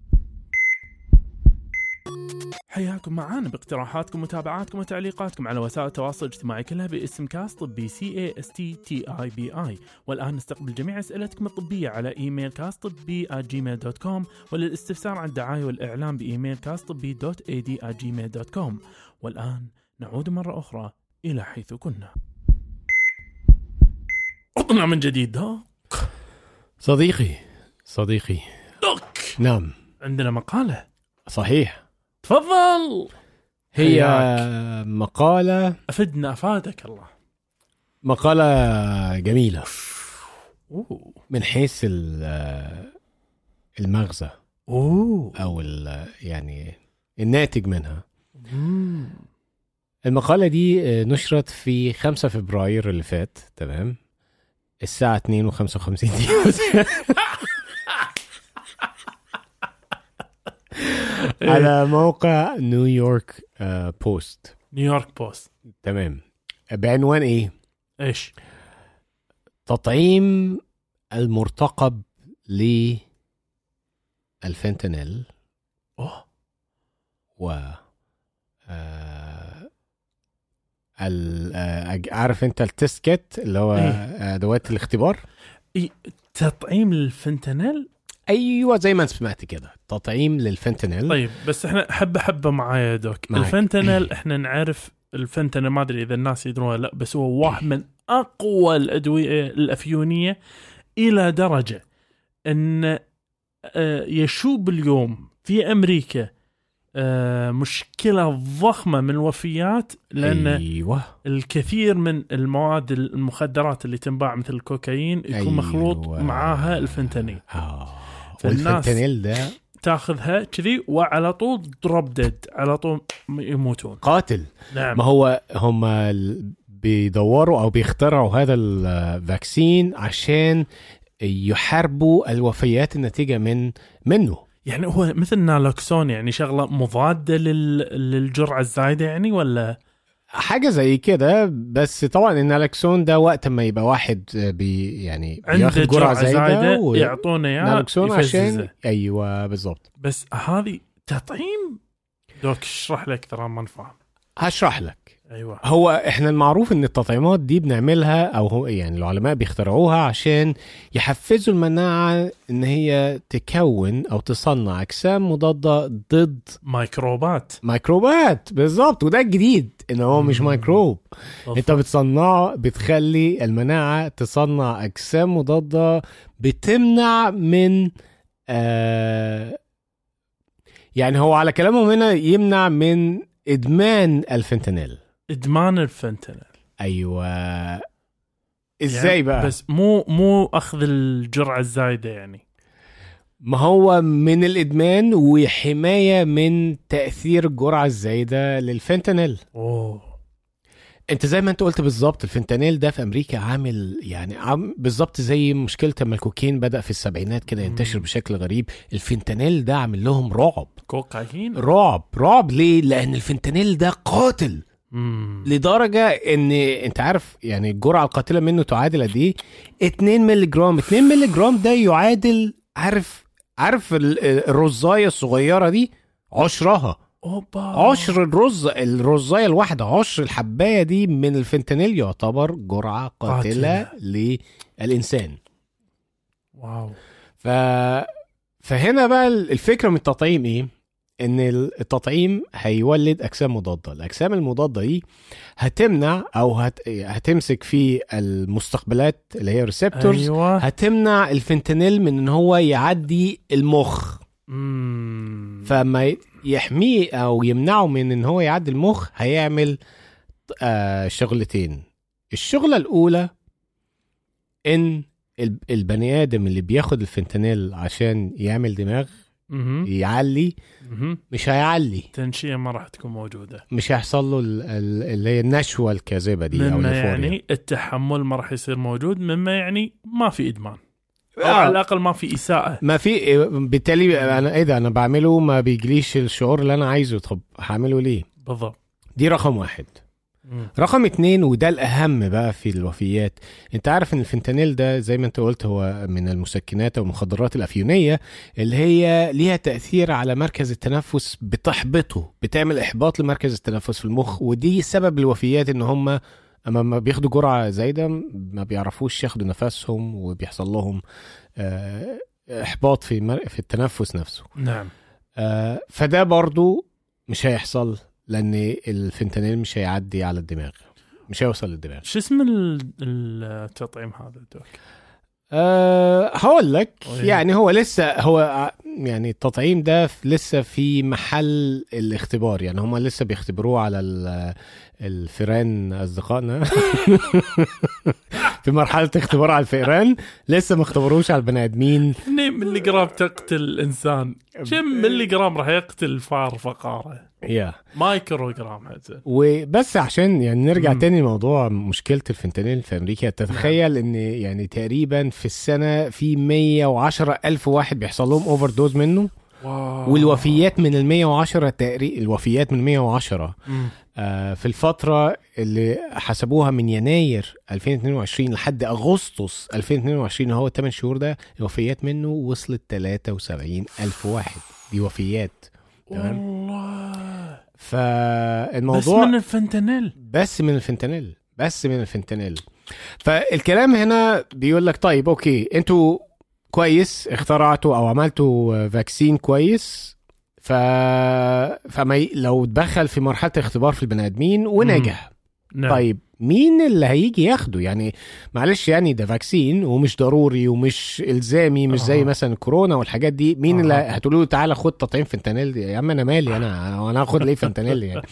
حياكم معانا باقتراحاتكم ومتابعاتكم وتعليقاتكم على وسائل التواصل الاجتماعي كلها باسم كاست طبي CASTTIBI. والآن نستقبل جميع أسئلتكم الطبية على إيميل castطبي@gmail.com، وللاستفسار عن الدعاية والإعلام بإيميل castطبي.ad@gmail.com. والآن نعود مرة أخرى إلى حيث كنا. عطنا من جديد. صديقي دوك. نعم، عندنا مقالة. صحيح، تفضل. هي مقالة أفدنا أفادك الله. مقالة جميلة من حيث المغزى أو يعني الناتج منها. المقالة دي نشرت في 5 فبراير اللي فات، تمام، الساعة 2:55 على موقع نيويورك بوست. تمام. بعنوان ايه؟ ايش؟ تطعيم المرتقب للفنتانيل و عارف انت التسكت اللي هو ادوات الاختبار. تطعيم الفنتانيل؟ ايوه زي ما سمعت كده، تطعيم للفنتانيل. طيب بس احنا حبه معايا يا دوك. الفنتانيل احنا نعرف الفنتانيل، ما ادري اذا الناس يدرون لا، بس هو واحد من اقوى الادويه الافيونيه الى درجه ان يشوب اليوم في امريكا مشكله ضخمه من الوفيات، لان أيوة. الكثير من المواد المخدرات اللي تنباع مثل الكوكايين يكون مخلوط معاها الفنتانيل. والفنتانيل ده تاخذها كذي وعلى طول دروب ديد، على طول يموتون، قاتل. نعم. ما هو هم بيدوروا او بيخترعوا هذا الفاكسين عشان يحاربوا الوفيات الناتجة منه. يعني هو مثل نالوكسون، يعني شغلة مضادة للجرعة الزايدة يعني، ولا حاجة زي كده. بس طبعا النالوكسون ده وقت ما يبقى واحد يعني بياخد جرعة زايدة يعطونه نالوكسون عشان ايوه بالضبط. بس هذه تطعيم دوك، اشرح لك ترى ما نفهم. هشرح لك. أيوة. هو احنا المعروف ان التطعيمات دي بنعملها او هو يعني العلماء بيخترعوها عشان يحفزوا المناعة ان هي تكون او تصنع اجسام مضادة ضد ميكروبات بالظبط. وده الجديد ان هو مش ميكروب، انت بتصنعه، بتخلي المناعة تصنع اجسام مضادة بتمنع من يعني هو على كلامهم هنا يمنع من ادمان الفنتانيل. ايوه. ازاي يعني بقى؟ بس مو اخذ الجرعه الزايده يعني. ما هو من الادمان وحمايه من تاثير الجرعه الزايده للفنتانيل. انت زي ما انت قلت بالظبط، الفنتانيل ده في امريكا عامل يعني بالظبط زي مشكله لما الكوكين بدا في السبعينات كده ينتشر بشكل غريب. الفنتانيل ده عامل لهم رعب. كوكايين رعب ليه؟ لان الفنتانيل ده قاتل لدرجه ان انت عارف يعني الجرعه القاتله منه تعادل قد ايه؟ 2 ملي جرام ده يعادل عارف الرزايه الصغيره دي عشرها. عشر الرزايه الواحده، عشر الحبايه دي من الفنتانيل يعتبر جرعه قاتله للانسان. واو. فهنا بقى الفكره من التطعيم ايه؟ ان التطعيم هيولد اجسام مضاده. الاجسام المضاده دي هتمنع او هتمسك في المستقبلات اللي هي ريسبتورز. أيوة. هتمنع الفنتانيل من ان هو يعدي المخ. فما يحميه او يمنعه من ان هو يعدي المخ هيعمل شغلتين. الشغلة الاولى ان البني ادم اللي بياخد الفنتانيل عشان يعمل دماغ يعلي مش هيعلي، تنشئة ما راح تكون موجودة، مش هيحصل له اللي هي النشوة الكاذبة دي او الفوريا. يعني التحمل ما راح يصير موجود، مما يعني ما في ادمان أو على الأقل ما في إساءة، ما في. بالتالي أنا إذا أنا بعمله ما بيجليش الشعور اللي أنا عايزه، طب هعمله ليه؟ بالضبط. دي رقم 1. رقم 2 وده الأهم بقى في الوفيات. أنت عارف إن الفنتانيل ده زي ما أنت قلت هو من المسكنات أو المخدرات الأفيونية اللي هي ليها تأثير على مركز التنفس، بتحبطه، بتعمل إحباط لمركز التنفس في المخ. ودي سبب الوفيات، إن هم أما ما بياخدوا جرعة زايدة ما بيعرفوش ياخدوا نفسهم وبيحصل لهم إحباط في التنفس نفسه. نعم. فده برضو مش هيحصل لأن الفنتانيل مش هيعدي على الدماغ، مش هيوصل للدماغ. شو اسم التطعيم هذا دوك؟ هقول لك. يعني هو لسه يعني التطعيم ده لسه في محل الاختبار. يعني هم لسه بيختبروه على الفئران أصدقائنا في مرحلة اختبار على الفئران، لسه ما اختبروش على البني آدمين. 2 ملي جرام تقتل الإنسان، كم ملي جرام راح يقتل فار فقارة؟ مايكرو جرام حتى. وبس عشان يعني نرجع تاني لموضوع مشكلة الفنتانيل في أمريكا. تتخيل إن يعني تقريبا في السنة في 110,000 واحد بيحصل لهم أوفر دوز منه. والوفيات من 110 تقريبا، الوفيات من 110 في الفترة اللي حسبوها من يناير 2022 لحد أغسطس 2022 هو 8 شهور ده، الوفيات منه وصلت 73,000 واحد. دي وفيات. والله. فالموضوع بس من الفنتانيل. بس من الفنتانيل. فالكلام هنا بيقول لك طيب اوكي انتوا كويس اخترعتوا او عملتوا فاكسين كويس، فما لو تدخل في مرحله اختبار في البني ادمين ونجح، نعم. طيب مين اللي هيجي ياخده؟ يعني معلش يعني ده فاكسين ومش ضروري ومش الزامي، مش زي مثلا الكورونا والحاجات دي. مين اللي هتقولوا له تعالى خد تطعيم فنتانيل؟ يا عم انا مالي، انا هاخد ليه فنتانيل يعني؟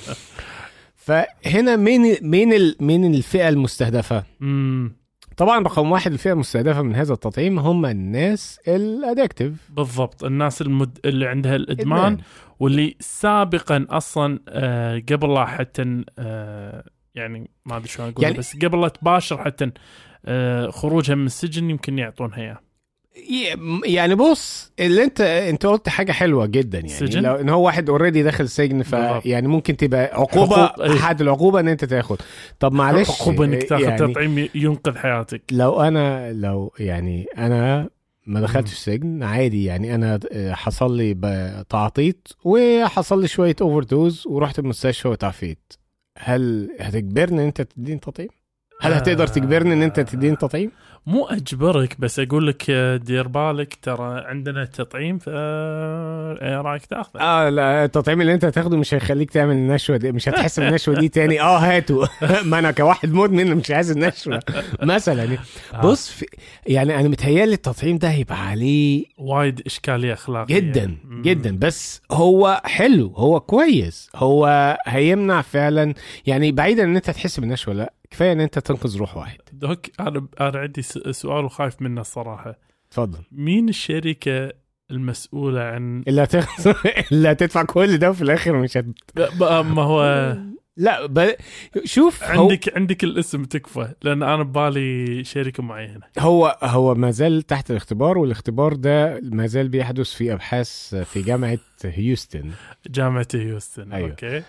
فهنا مين الفئه المستهدفه؟ طبعا رقم واحد الفئه المستهدفه من هذا التطعيم هم الناس الادكتيف. بالضبط، الناس اللي عندها الادمان واللي سابقا اصلا قبل لا حتى يعني ما ادري شو اقول يعني، بس قبل لا تباشر حتى خروجها من السجن يمكن يعطونها اياه. يعني بص، اللي انت قلت حاجه حلوه جدا يعني سجن؟ لو ان هو واحد اوريدي داخل السجن يعني ممكن تبقى عقوبه احد العقوبه ان انت تاخد. طب معلش عقوبه انك تاخذ تطعيم ينقذ حياتك. لو يعني انا ما دخلتش السجن عادي، يعني انا حصل لي تعطيت وحصل لي شويه اوفر دوز ورحت المستشفى وتعافيت، هل هتجبرني ان انت تديني تطعيم؟ هل هتقدر تجبرني ان انت تديني تطعيم؟ مو اجبرك، بس اقول لك دير بالك ترى عندنا تطعيم، ايه رايك تاخذه؟ لا التطعيم اللي انت هتاخده مش هيخليك تعمل النشوه دي، مش هتحس بالنشوه دي تاني. هاتوا ما انا كواحد مدمن مش عايز النشوه مثلا. بص يعني انا متهيالي التطعيم ده هيبقى عليه وايد اشكاليه اخلاقيه جدا جدا، بس هو حلو، هو كويس، هو هيمنع فعلا يعني، بعيدا ان انت تحس بالنشوه، لا كفايه ان انت تنقذ روح واحد. دوك انا عندي سؤال وخايف منه الصراحه. تفضل. مين الشركه المسؤوله عن اللي هتدفع كل ده وفي الاخر مش ما هو لا شوف عندك الاسم تكفى، لان انا ببالي شركه معينه. هو ما زال تحت الاختبار، والاختبار ده ما زال بيحدث في ابحاث في جامعه هيوستن. أيوه. اوكي.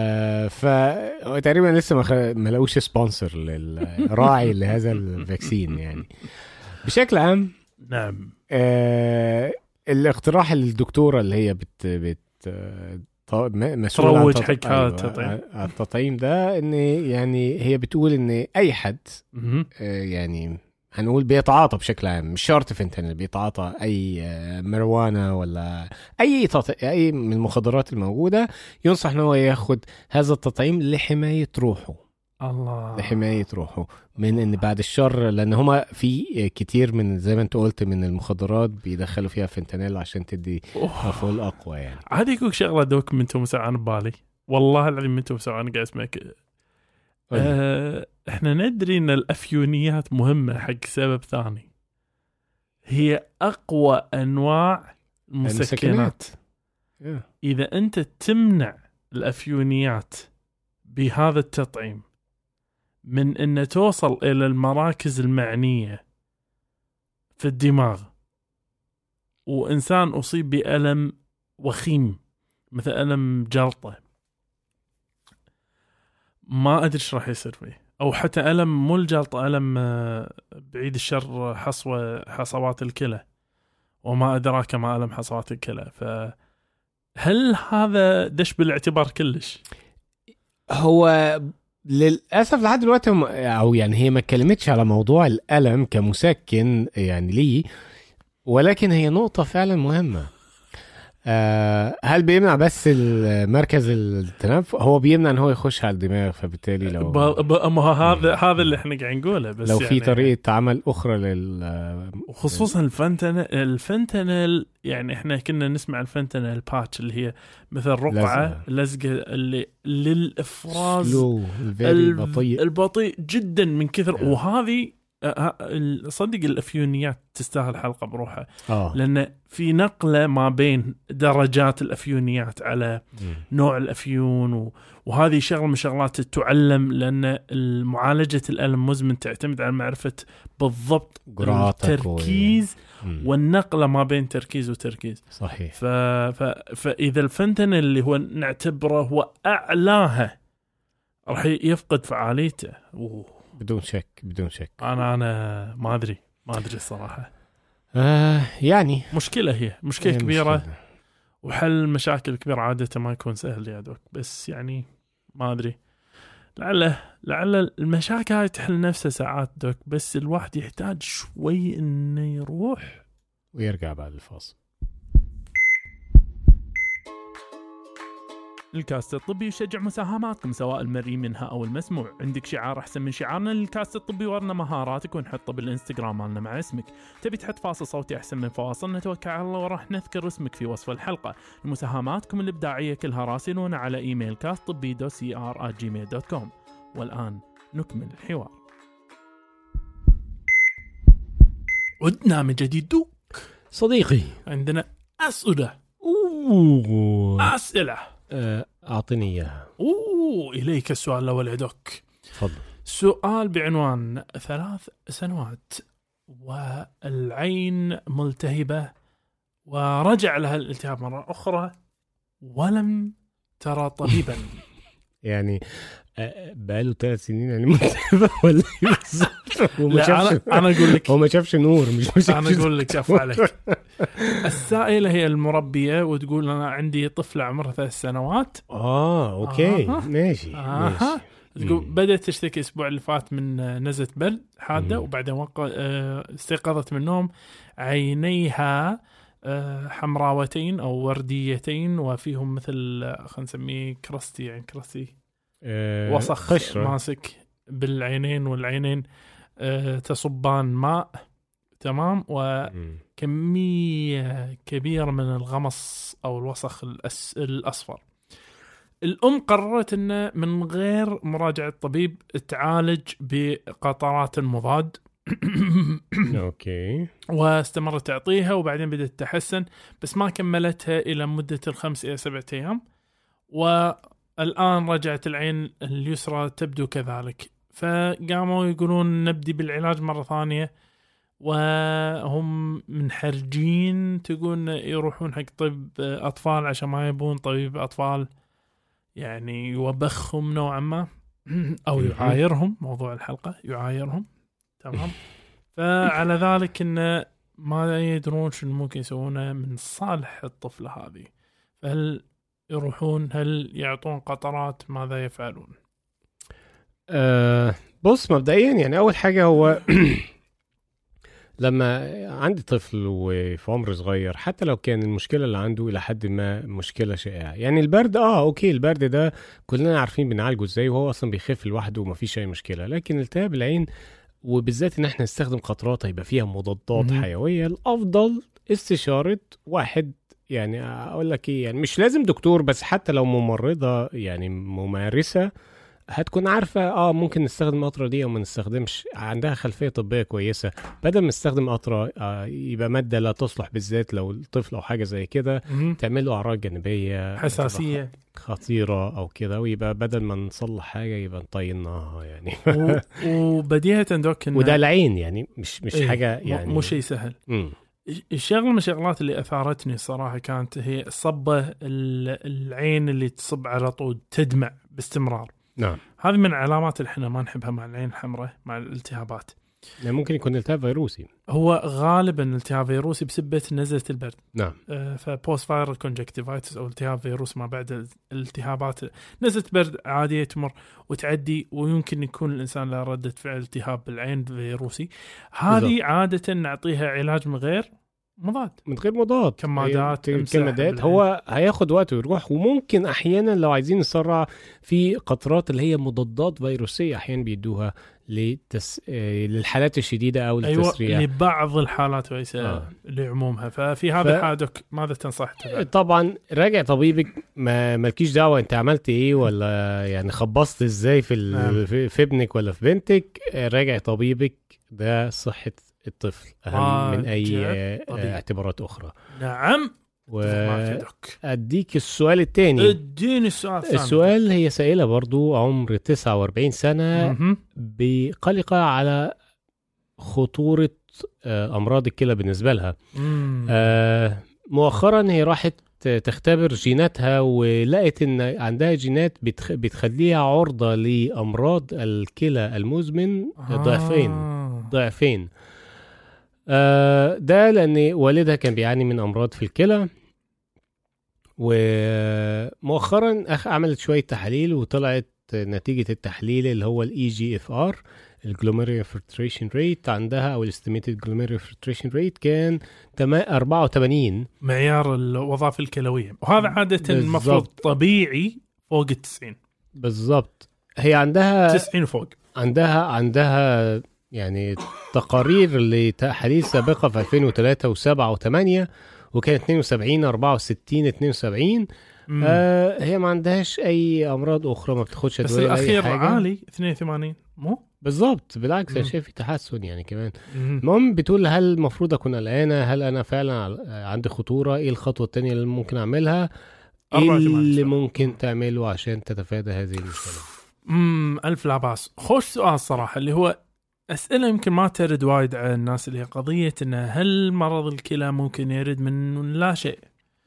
فتقريبا لسه ما لقوش سبونسر للراعي لهذا الفاكسين يعني. بشكل عام نعم. الاقتراح للدكتوره اللي هي تروج حق التطعيم ده، ان يعني هي بتقول ان اي حد يعني هنقول بيتعاطى بشكل عام، مش شرط فنتانيل، بيتعاطى اي ماريجوانا ولا اي من المخدرات الموجوده، ينصح ان هو ياخد هذا التطعيم لحمايه روحه. الله. لحمايه روحه من ان بعد الشر، لان هما في كتير من زي ما انت قلت من المخدرات بيدخلوا فيها فنتانيل عشان تدي مفعول اقوى يعني. عادي يكون شغله دوك من انتم مسوي عن بالي، والله العظيم انتم مسوي عن قاعد اسمعك. احنا ندري ان الافيونيات مهمه حق سبب ثاني، هي اقوى انواع المسكنات. اذا انت تمنع الافيونيات بهذا التطعيم من ان توصل الى المراكز المعنيه في الدماغ، وانسان اصيب بألم وخيم مثل ألم جلطه، ما ادري ايش راح يصير فيه، او حتى ألم مو الجلطه، ألم بعيد الشر حصوات الكلى، وما ادراك ما ألم حصوات الكلى. فهل هذا دش بالاعتبار كلش؟ هو للأسف لحد دلوقتي أو يعني هي ما اتكلمتش على موضوع الألم كمسكن يعني ليه، ولكن هي نقطة فعلا مهمة. هل بيمنع بس المركز التنفس؟ هو بيمنع ان هو يخش على الدماغ، فبالتالي لو هذا اللي احنا قاعد نقوله، بس لو يعني في طريقة عمل أخرى وخصوصا الفنتانيل يعني احنا كنا نسمع الفنتانيل باتش اللي هي مثل رقعة لزقة اللي للإفراز البطيء جدا من كثر وهذه صدق الأفيونيات تستاهل حلقة بروحها. لأن في نقلة ما بين درجات الأفيونيات على نوع الأفيون، وهذه شغلة من شغلات تعلم، لأن معالجة الألم مزمن تعتمد على معرفة بالضبط التركيز والنقلة ما بين تركيز وتركيز. صحيح. فإذا الفنتانيل اللي هو نعتبره هو أعلاها راح يفقد فعاليته. بدون شك. أنا ما أدري الصراحة. يعني مشكلة كبيرة. وحل مشاكل كبيرة عادة ما يكون سهل يا دوك، بس يعني ما أدري. لعل المشاكل هاي تحل نفسها ساعات دوك، بس الواحد يحتاج شوي انه يروح ويرجع بعد الفاصل. الكاست الطبي يشجع مساهماتكم سواء المرئي منها أو المسموع. عندك شعار أحسن من شعارنا للكاست الطبي؟ ورنا مهاراتك ونحطه بالإنستغرام مالنا مع اسمك. تبي تحط فاصل صوتي أحسن من فواصل؟ نتوكل على الله وراح نذكر اسمك في وصف الحلقة. مساهماتكم الإبداعية كلها راسلونا على إيميل castطبي.cr@gmail.com. والآن نكمل الحوار. عدنا من جديد صديقي، عندنا أسئلة. أسئلة أعطني إياها. إليك السؤال الأول يا دوك. تفضل. سؤال بعنوان 3 سنوات والعين ملتهبة ورجع لها الالتهاب مرة أخرى ولم ترى طبيبا. يعني بقاله 3 سنين يعني ملتهبة ولا أنا أقول لك هو ما شافش نور. مش أنا أقول لك شاف عليك. السائلة هي المربية وتقول أنا عندي طفلة عمرها 3 سنوات. أوكي. ماشي. تقول بدأت تشتكي الأسبوع اللي فات من نزلة برد حادة، وبعدين استيقظت من النوم عينيها حمراوتين أو ورديتين وفيهم مثل خلينا نسميه كرستي، يعني كرستي وسخ قشرة ماسك بالعينين، والعينين تصبان ماء. تمام. وكمية كبيرة من الغمص أو الوسخ الأصفر. الأم قررت أنه من غير مراجعة طبيب تعالج بقطرات مضاد. أوكي. واستمرت تعطيها وبعدين بدأت تتحسن، بس ما كملتها إلى مدة 5 إلى 7 أيام، والآن رجعت العين اليسرى تبدو كذلك. فقاموا يقولون نبدي بالعلاج مرة ثانية، وهم منحرجين تقول يروحون حق طب أطفال عشان ما يبون طبيب أطفال يعني يوبخهم نوعا ما أو يعايرهم. موضوع الحلقة يعايرهم. تمام. فعلى ذلك إن ما يدرون شو ممكن يسوونه من صالح الطفلة هذه. فهل يروحون؟ هل يعطون قطرات؟ ماذا يفعلون؟ بص، مبدئيا يعني أول حاجة هو لما عندي طفل وفي عمر صغير، حتى لو كان المشكلة اللي عنده إلى حد ما مشكلة شائعة، يعني البرد أوكي، البرد ده كلنا عارفين بنعالجه إزاي وهو أصلا بيخف لوحده ومفيش أي مشكلة. لكن التهاب العين وبالذات إن احنا نستخدم قطرات هيبقى فيها مضادات حيوية، الأفضل استشارة واحد، يعني أقول لك إيه، يعني مش لازم دكتور، بس حتى لو ممرضة يعني ممارسة هتكون عارفة ممكن نستخدم قطرة دي او ما نستخدمش، عندها خلفية طبية كويسة. بدل ما نستخدم قطرة يبقى مادة لا تصلح، بالذات لو الطفل او حاجة زي كده تعمل له اعراض جانبية حساسية خطيرة او كده، ويبقى بدل ما نصلح حاجة يبقى نطيناها يعني. وبديهة دوك وده العين يعني مش حاجة يعني مش شيء سهل. الشغلة من الشغلات اللي أثارتني صراحة كانت هي صبة العين اللي تصب على طول تدمع باستمرار. نعم. هذه من علامات اللي احنا ما نحبها مع العين الحمراء مع الالتهابات. يعني ممكن يكون التهاب فيروسي. هو غالبا التهاب فيروسي بسبة نزلة البرد. نعم. فبوست فايرال كونجكتيفايتس او التهاب فيروس ما بعد الالتهابات. نزلة برد عادية تمر وتعدي، ويمكن يكون الانسان له ردة فعل التهاب بالعين فيروسي. هذه بالضبط. عادة نعطيها علاج من غير مضاد، كمادات هو هياخد وقت ويروح. وممكن احيانا لو عايزين نسرع في قطرات اللي هي مضادات فيروسيه احيانا بيدوها للحالات الشديده او للتسريع. لبعض الحالات وليس لعمومها. ففي هذا الحالة ماذا تنصح؟ طبعا راجع طبيبك، ما مالكيش دعوه انت عملت ايه ولا يعني خبصت ازاي في ابنك ولا في بنتك. راجع طبيبك، ده صحه الطفل أهم من أي اعتبارات أخرى. نعم. أديك السؤال الثاني. اديني السؤال الثاني. السؤال هي سائلة برضو، عمر 49 سنة، بقلقة على خطورة أمراض الكلى بالنسبة لها. مؤخرا هي راحت تختبر جيناتها ولقت إن عندها جينات بتخليها عرضة لأمراض الكلى المزمن ضعفين. ده لأن والدها كان بيعاني من أمراض في الكلى، ومؤخرا عملت شوية تحاليل وطلعت نتيجة التحليل اللي هو الEGFR الجلوميرولار فلتريشن ريت عندها او الاستيميتد جلوميرولار فلتريشن ريت كان 84 معيار الوظائف الكلوية، وهذا عادة المفروض طبيعي فوق 90 بالضبط. هي عندها 90 فوق، عندها يعني تقارير لتحاليل سابقة في 2003 و7 و8 وكانت 72 64 72. هي ما عندهاش اي امراض اخرى، ما بتاخدش ادويه بس الاخير عالي 82 مو بالضبط، بالعكس انا شايف في تحسن يعني كمان. المهم بتقول هل المفروض اكون قلقانه، هل انا فعلا عندي خطوره، ايه الخطوه الثانيه اللي ممكن اعملها، ايه اللي ممكن تعمله عشان تتفادى هذه المشكله. الف لا باس. خوش سؤال صراحه، اللي هو اسئله يمكن ما ترد وايد على الناس، اللي هي قضيه ان هل مرض الكلى ممكن يرد من لا شيء.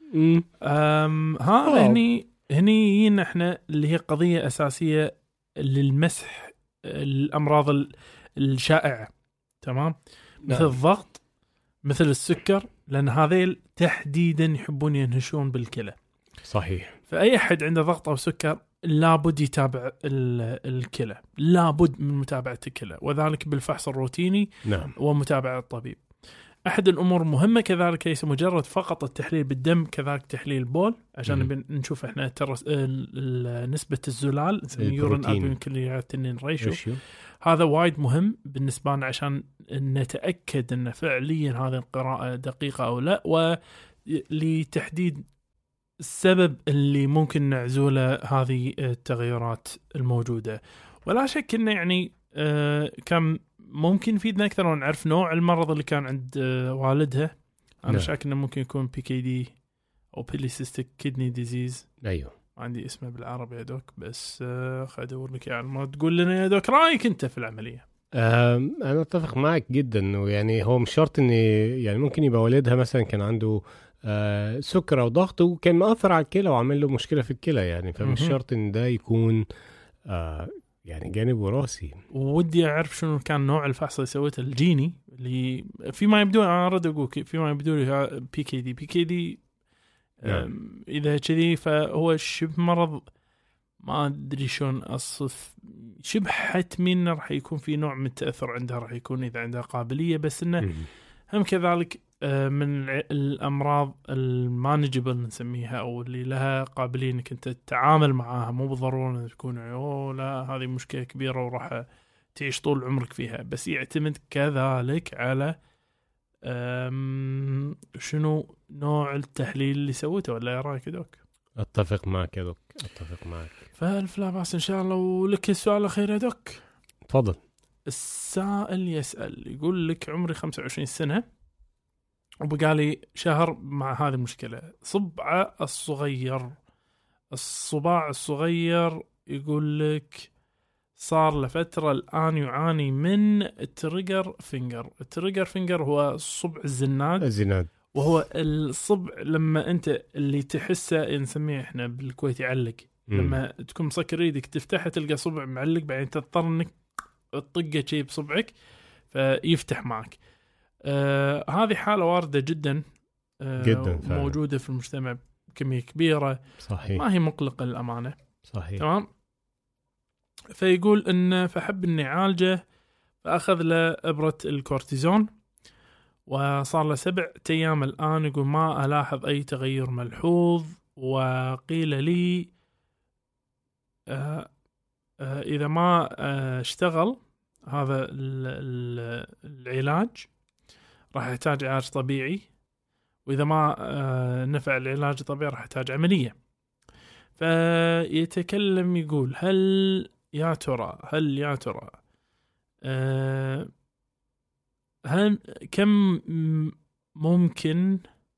هذا هني احنا اللي هي قضيه اساسيه للمسح الامراض الشائعه، تمام؟ مثل الضغط، مثل السكر، لان هذيل تحديدا يحبون ينهشون بالكلى. صحيح. فاي احد عنده ضغط او سكر لابد يتابع الكلى، لابد من متابعه الكلى، وذلك بالفحص الروتيني. نعم. ومتابعه الطبيب. احد الامور مهمه كذلك ليس مجرد فقط التحليل بالدم، كذلك تحليل البول عشان نشوف احنا نسبه الزلال نسميه يورين البومين كرياتينين ريشيو. هذا وايد مهم بالنسبه لنا عشان نتاكد ان فعليا هذه القراءه دقيقه او لا، ولتحديد السبب اللي ممكن نعزوله هذه التغيرات الموجوده. ولا شك انه يعني كان ممكن يفيدنا أكثر ونعرف نوع المرض اللي كان عند والدها. أنا شاك إنه ممكن يكون PKD أو Polycystic Kidney Disease. أيوه. عندي اسمه بالعربي يا دوك، بس خليني أدور لك يعني ما تقول لنا يا دوك رأيك أنت في العملية. أنا أتفق معك جدا، ويعني هو مش شرط إن يعني ممكن يبقى والدها مثلا كان عنده سكر أو ضغط وكان مأثر على الكلى وعمل له مشكلة في الكلى يعني، فمش شرط إن ده يكون يعني جانب وراثي. ودي أعرف شنو كان نوع الفحص اللي سويته الجيني، اللي فيما يبدو أنا أرد أقول فيما يبدو لي PKD إذا كذي فهو شبه مرض ما أدري شلون أصف، شبه حتمي راح يكون في نوع من التأثر عندها، راح يكون إذا عندها قابلية، بس إنه هم كذلك من الأمراض المانجبل نسميها، أو اللي لها قابلية إنك أنت تتعامل معها، مو بالضرورة تكون لا هذه مشكلة كبيرة وراح تعيش طول عمرك فيها، بس يعتمد كذلك على شنو نوع التحليل اللي سويته. ولا رأيك دوك؟ أتفق معك يا دوك، أتفق معك. فالفلا بأس إن شاء الله. ولك السؤال الأخير يا دوك. تفضل. السائل يسأل يقول لك عمري 25 سنة وبقالي شهر مع هذه المشكلة. الصباع الصغير يقول لك صار لفترة الآن يعاني من التريجر فينجر هو الصبع الزناد، وهو الصبع لما أنت اللي تحسه نسميه إحنا بالكويت يعلق. لما تكون مسكر ايدك تفتحه تلقى صبع معلق، بعدين تضطر انك تطقه شيء بصبعك فيفتح معك. هذه حالة واردة جدا جدا موجودة في المجتمع بكمية كبيرة. صحيح. ما هي مقلقة الأمانة. صحيح. تمام. فيقول إن فحب إني عالجه، فأخذ له إبرة الكورتيزون وصار له 7 أيام الآن. يقول ما ألاحظ أي تغير ملحوظ، وقيل لي إذا ما اشتغل هذا العلاج راح يحتاج علاج طبيعي، وإذا ما نفع العلاج الطبيعي راح يحتاج عملية. فيتكلم يقول هل يا ترى هل كم ممكن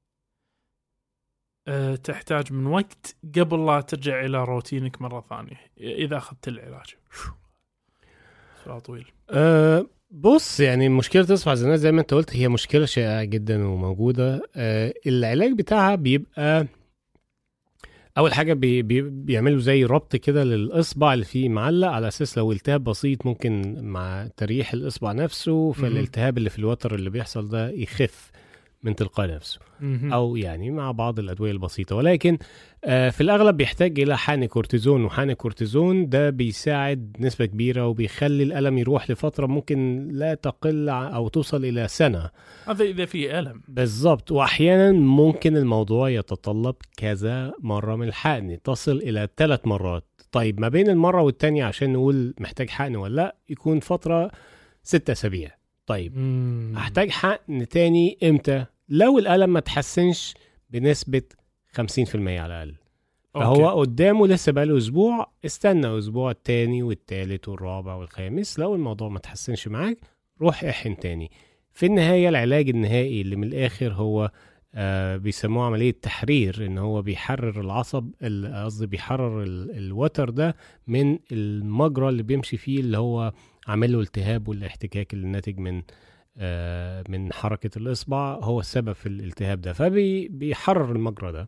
تحتاج من وقت قبل لا ترجع إلى روتينك مرة ثانية إذا أخذت العلاج؟ سؤال طويل. بص يعني مشكلة تصبح الزناد زي ما انت قلت هي مشكلة شائعة جدا وموجودة. العلاج بتاعها بيبقى أول حاجة بيعملوا زي ربط كده للإصبع اللي فيه معلق، على أساس لو التهاب بسيط ممكن مع تريح الإصبع نفسه فالالتهاب اللي في الوتر اللي بيحصل ده يخف من تلقاء نفسه، أو يعني مع بعض الأدوية البسيطة. ولكن في الأغلب بيحتاج إلى حقن كورتيزون، وحقن الكورتيزون ده بيساعد نسبة كبيرة وبيخلي الألم يروح لفترة ممكن لا تقل أو توصل إلى سنة. هذا إذا في ألم بالضبط. وأحيانا ممكن الموضوع يتطلب كذا مرة من الحقن، تصل إلى 3 مرات. طيب ما بين المرة والتانية عشان نقول محتاج حقن ولا لا يكون فترة 6 أسابيع. طيب أحتاج حقن تاني إمتى؟ لو الألم ما تحسنش بنسبة 50% على الأقل، فهو قدامه لسه بقاله أسبوع، استنى أسبوع التاني والتالت والرابع والخامس. لو الموضوع ما تحسنش معاك روح احقن تاني. في النهاية العلاج النهائي اللي من الآخر هو بيسموه عملية تحرير، إن هو بيحرر العصب، قصدي بيحرر الوتر ده من المجرى اللي بيمشي فيه، اللي هو عمله التهاب، والاحتكاك اللي ناتج من حركة الإصبع هو السبب في الالتهاب ده، فبيحرر المجرى ده.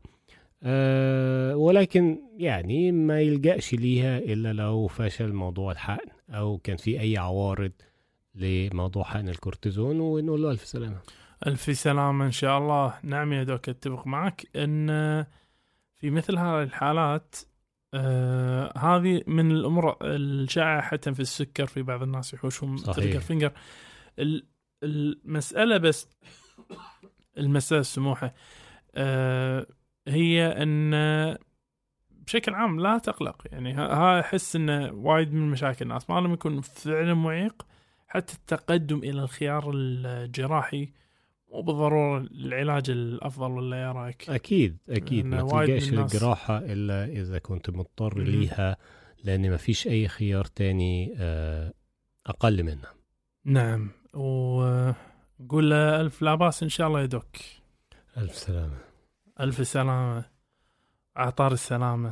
ولكن يعني ما يلجأش ليها إلا لو فشل موضوع الحقن أو كان في أي عوارض لموضوع حقن الكورتيزون، ونقول له ألف سلامة. ألف سلامة إن شاء الله. نعم يا دوك، أتفق معك أن في مثل هذه الحالات هذه من الأمور الشائعة حتى في السكر، في بعض الناس يحوشهم تريجر فينجر. المسألة بس المسألة السموحة هي أن بشكل عام لا تقلق. يعني ها أحس أن وايد من مشاكل الناس ما لم يكون فعلا معيق حتى التقدم إلى الخيار الجراحي، وبالضرورة العلاج الأفضل، ولا يا رأيك؟ أكيد ما تلجأش للجراحة إلا إذا كنت مضطر ليها، لأن ما فيش أي خيار تاني أقل منها. نعم، وقول له ألف لا بأس إن شاء الله يا دوك. ألف سلامة. ألف سلامة. عطار السلامة.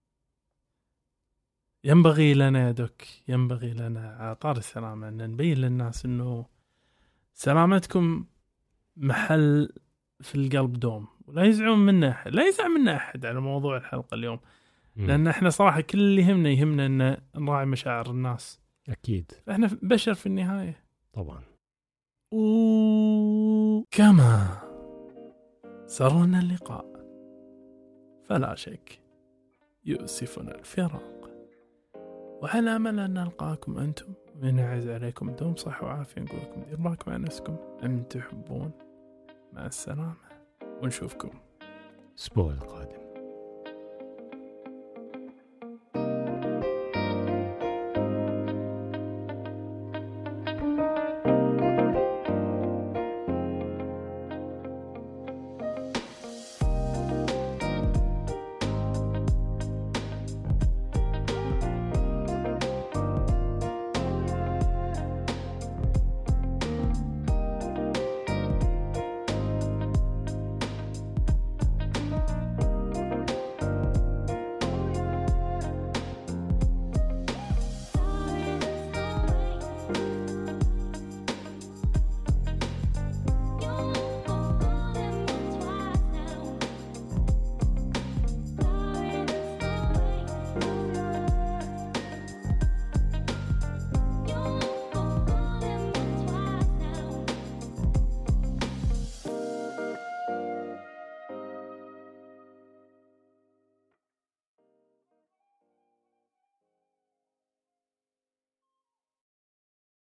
ينبغي لنا يا دوك، ينبغي لنا عطار السلامة أن نبين للناس أنه سلامتكم محل في القلب دوم، ولا يزعم منا أحد، لا يزعم منا أحد على موضوع الحلقة اليوم. لأن احنا صراحة كل اللي يهمنا أن نراعي مشاعر الناس. أكيد احنا بشر في النهاية طبعا. كما سرنا اللقاء فلا شك يؤسفنا الفراق، وعلى أمل أن نلقاكم أنتم ونعز عليكم دوم صحة وعافية. نقول لكم دير بالكم على نفسكم أن تحبون. مع السلامة، ونشوفكم الأسبوع القادم.